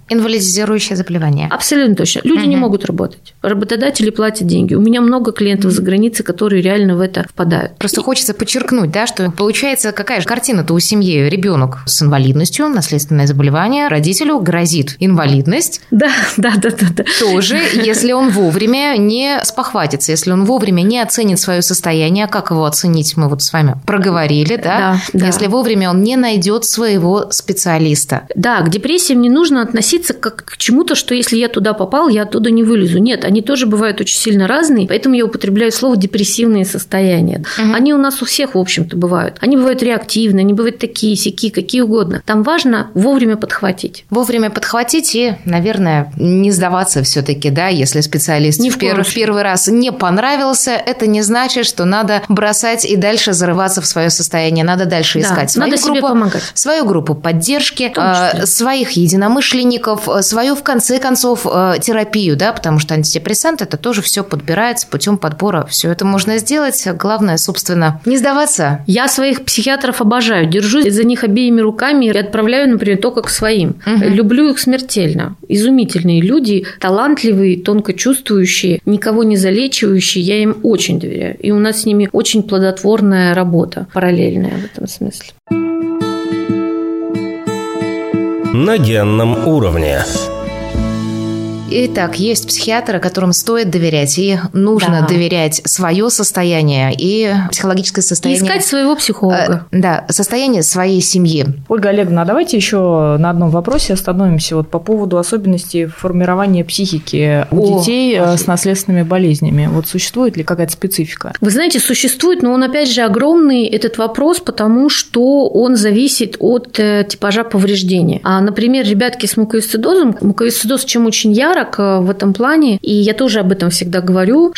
Инвалидизирующее заболевание. Абсолютно точно. Люди не могут работать. Работодатели платят деньги. У меня много клиентов за границей, которые реально в это впадают. Просто хочется подчеркнуть, да, что получается, какая же картина-то у семьи? Ребенок с инвалидностью, наследственное заболевание, родителю грозит инвалидность. Да. Тоже, если он вовремя не спохватится, если он вовремя не оценит свое состояние, как его оценить, мы вот с вами проговорили, да? Если вовремя он не найдет своего специалиста. Да, к депрессиям не нужно относиться как к чему-то, что если я туда попал, я оттуда не вылезу. Нет, они тоже бывают очень сильно разные, поэтому я употребляю слово депрессивные состояния. Они у нас у всех, в общем-то, бывают. Они бывают реактивные, они бывают такие, сякие, какие угодно. Там важно вовремя подхватить. Вовремя подхватить и, наверное, не сдаваться все-таки, да, если специалист в первый раз не понравился, это не значит, что надо бросать и дальше зарываться в свое состояние. Надо дальше искать свою надо группу, себе помогать. Свою группу поддержки, своих единомышленников, свою, в конце концов, терапию, да, потому что антидепрессант – это тоже все подбирается путем подбора. Все это можно сделать. Главное, собственно, не сдаваться. Я своих психиатров обожаю, держусь за них обеими руками и отправляю, например, только к своим. Люблю их смертельно. Изумительные люди, талантливые, тонко чувствующие, никого не залечивающие. Я им очень доверяю. И у нас с ними очень плодотворная работа, параллельная в этом смысле. На генном уровне. Итак, есть психиатры, которым стоит доверять, и нужно доверять свое состояние и психологическое состояние. И искать своего психолога. Состояние своей семьи. Ольга Олеговна, а давайте еще на одном вопросе остановимся вот по поводу особенностей формирования психики у детей с наследственными болезнями. Вот существует ли какая-то специфика? Вы знаете, существует, но он опять же огромный, этот вопрос, потому что он зависит от типажа повреждения. Например, ребятки с муковисцидозом, муковисцидоз чем очень ярок в этом плане, и я тоже об этом всегда говорю,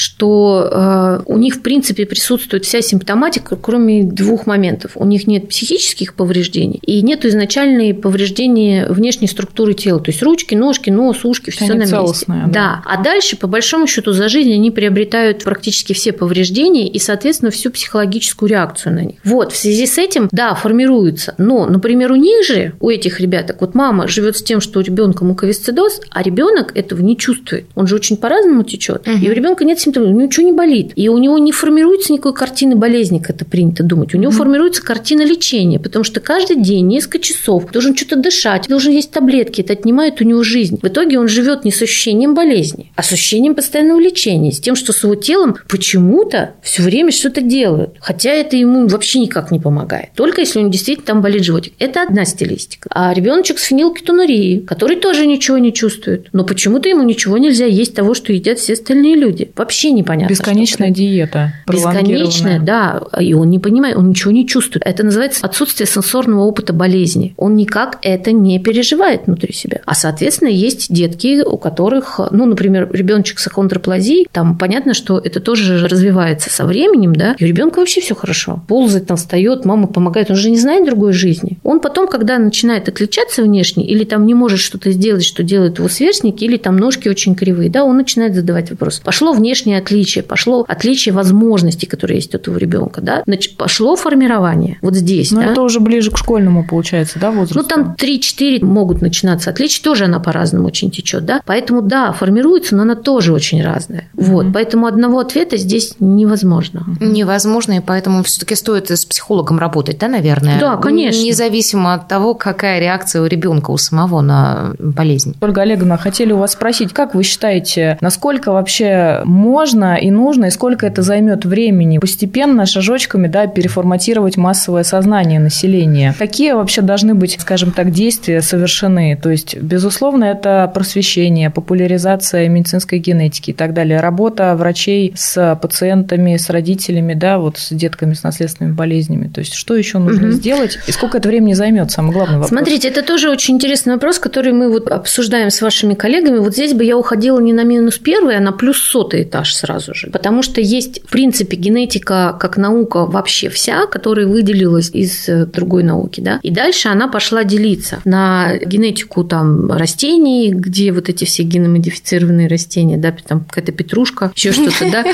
что у них, в принципе, присутствует вся симптоматика, кроме двух моментов. У них нет психических повреждений и нет изначальной повреждения внешней структуры тела, то есть ручки, ножки, нос, ушки, все на месте. Да. А дальше, по большому счету, за жизнь они приобретают практически все повреждения и, соответственно, всю психологическую реакцию на них. Вот, в связи с этим, да, формируется. Но, например, у них же, у этих ребяток, вот мама живет с тем, что у ребенка муковисцидоз, а ребенок этого не чувствует. Он же очень по-разному течет. И у ребенка нет симптомов, у него ничего не болит. И у него не формируется никакой картины болезни, как это принято думать. У него формируется картина лечения, потому что каждый день, несколько часов, должен что-то дышать, должен есть таблетки. Это отнимает у него жизнь. В итоге он живет не с ощущением болезни, а с ощущением постоянного лечения, с тем, что с его телом почему-то все время что-то делают. Хотя это ему вообще никак не помогает. Только если у него действительно там болит животик. Это одна стилистика. А ребеночек с фенилкетонурией, который тоже ничего не чувствует, но почему-то ему ничего нельзя есть того, что едят все остальные люди. Вообще непонятно. Бесконечная диета. Бесконечная, да. И он не понимает, он ничего не чувствует. Это называется отсутствие сенсорного опыта болезни. Он никак это не переживает внутри себя. А, соответственно, есть детки, у которых, например, ребеночек с ахондроплазией, там понятно, что это тоже развивается со временем, да, и у ребенка вообще все хорошо. Ползает, там встает, мама помогает, он же не знает другой жизни. Он потом, когда начинает отличаться внешне, или там не может что-то сделать, что делают его сверстники, или там ножки очень кривые, да, он начинает задавать вопрос. Пошло внешнее отличие, пошло отличие возможностей, которые есть у этого ребенка, да, значит, пошло формирование вот здесь. Но это уже ближе к школьному, получается, да, возрасту? Там 3-4 могут начинаться отличия, тоже она по-разному очень течет, да, поэтому, да, формируется, но она тоже очень разная. Вот, поэтому одного ответа здесь невозможно. Невозможно, и поэтому все-таки стоит с психологом работать, да, наверное? Да, конечно. Независимо от того, какая реакция у ребенка у самого на болезнь. Ольга Олеговна, хотели у вас спросить, как вы считаете, насколько вообще можно и нужно, и сколько это займет времени постепенно, шажочками, да, переформатировать массовое сознание населения? Какие вообще должны быть, скажем так, действия совершены? То есть, безусловно, это просвещение, популяризация медицинской генетики и так далее, работа врачей с пациентами, с родителями, да, вот с детками с наследственными болезнями. То есть, что еще нужно сделать и сколько это времени займет? Самый главный вопрос. Смотрите, это тоже очень интересный вопрос, который мы вот обсуждаем с вашими коллегами. вот здесь бы я уходила не на -1, а на +100 этаж сразу же. Потому что есть, в принципе, генетика как наука вообще вся, которая выделилась из другой науки, да. И дальше она пошла делиться на генетику там растений, где вот эти все геномодифицированные растения, да, там какая-то петрушка, еще что-то, да.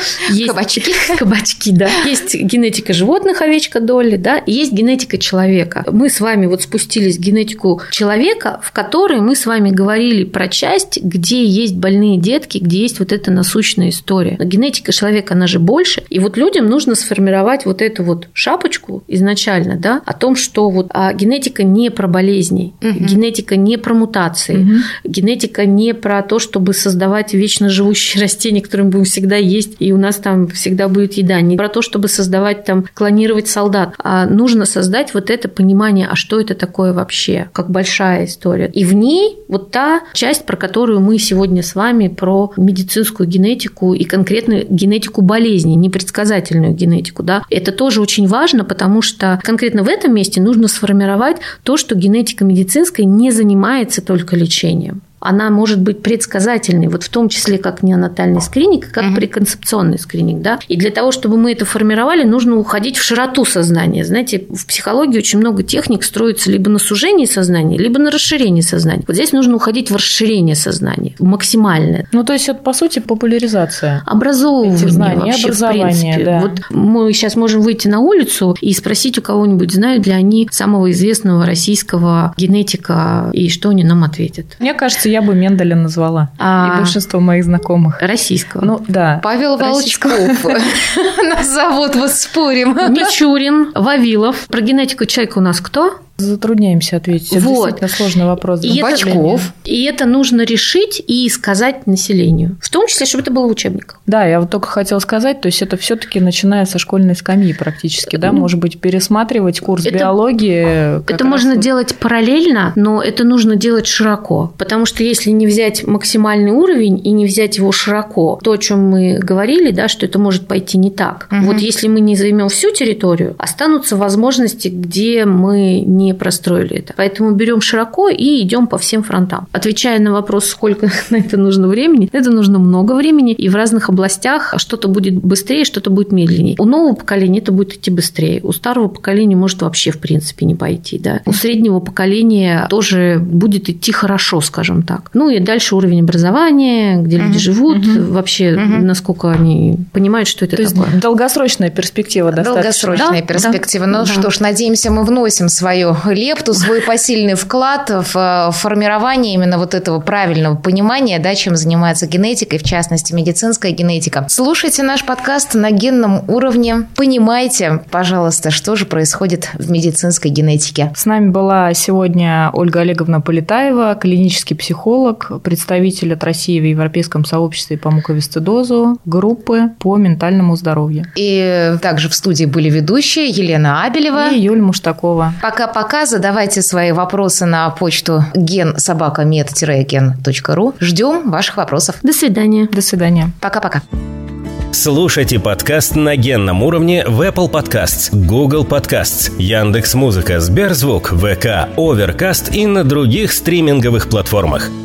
Кабачки, да. Есть генетика животных, овечка Долли, да, и есть генетика человека. Мы с вами вот спустились в генетику человека, в которой мы с вами говорили про часть, где есть больные детки, где есть вот эта насущная история. Но генетика человека, она же больше, и вот людям нужно сформировать вот эту вот шапочку изначально, да, о том, что вот генетика не про болезни, генетика не про мутации, генетика не про то, чтобы создавать вечно живущие растения, которые мы будем всегда есть, и у нас там всегда будет еда, не про то, чтобы создавать там, клонировать солдат, а нужно создать вот это понимание, а что это такое вообще, как большая история. И в ней вот та часть, про которую мы сегодня с вами, про медицинскую генетику и конкретно генетику болезней, непредсказательную генетику, да, это тоже очень важно, потому что конкретно в этом месте нужно сформировать то, что генетика медицинская не занимается только лечением. Она может быть предсказательной, вот в том числе как неонатальный скрининг, как преконцепционный скрининг. Да? И для того, чтобы мы это формировали, нужно уходить в широту сознания. Знаете, в психологии очень много техник строится либо на сужении сознания, либо на расширении сознания. Вот здесь нужно уходить в расширение сознания, максимальное. Ну, то есть, это, по сути, популяризация. Образовывание знания, вообще, образование, в принципе. Да. Вот мы сейчас можем выйти на улицу и спросить у кого-нибудь, знают ли они самого известного российского генетика, и что они нам ответят. Мне кажется, я бы Менделя назвала. И большинство моих знакомых. Российского. Ну, да. Павел Волчков. Нас зовут, вот спорим. Мичурин, Вавилов. Про генетику человека у нас кто? Затрудняемся ответить. Это действительно сложный вопрос. И Бочков. И это нужно решить и сказать населению. В том числе, чтобы это было в учебниках. Да, я вот только хотела сказать, то есть это все-таки начиная со школьной скамьи практически, да, может быть, пересматривать курс биологии. Это можно делать параллельно, но это нужно делать широко. Потому что если не взять максимальный уровень и не взять его широко, то, о чем мы говорили, да, что это может пойти не так. Вот если мы не займем всю территорию, останутся возможности, где мы не простроили это. Поэтому берем широко и идем по всем фронтам. Отвечая на вопрос, сколько на это нужно времени, это нужно много времени, и в разных областях что-то будет быстрее, что-то будет медленнее. У нового поколения это будет идти быстрее. У старого поколения может вообще в принципе не пойти. Да? У среднего поколения тоже будет идти хорошо, скажем так. Ну и дальше уровень образования, где люди живут, вообще насколько они понимают, что это такое. Есть долгосрочная перспектива достаточно. Долгосрочная перспектива. Ну что ж, надеемся, мы вносим свою лепту, свой посильный вклад в формирование именно вот этого правильного понимания, да, чем занимается генетика, и в частности медицинская генетика. Слушайте наш подкаст на генном уровне. Понимайте, пожалуйста, что же происходит в медицинской генетике. С нами была сегодня Ольга Олеговна Полетаева, клинический психолог, представитель от России в Европейском сообществе по муковисцидозу, группы по ментальному здоровью. И также в студии были ведущие Елена Абелева и Юлия Муштакова. Пока-пока. Задавайте свои вопросы на почту gen@med-gen.ru. Ждем ваших вопросов. До свидания. До свидания. Пока-пока. Слушайте подкаст на генном уровне в Apple Podcasts, Google Podcasts, Яндекс.Музыка, Сберзвук, ВК, Overcast и на других стриминговых платформах.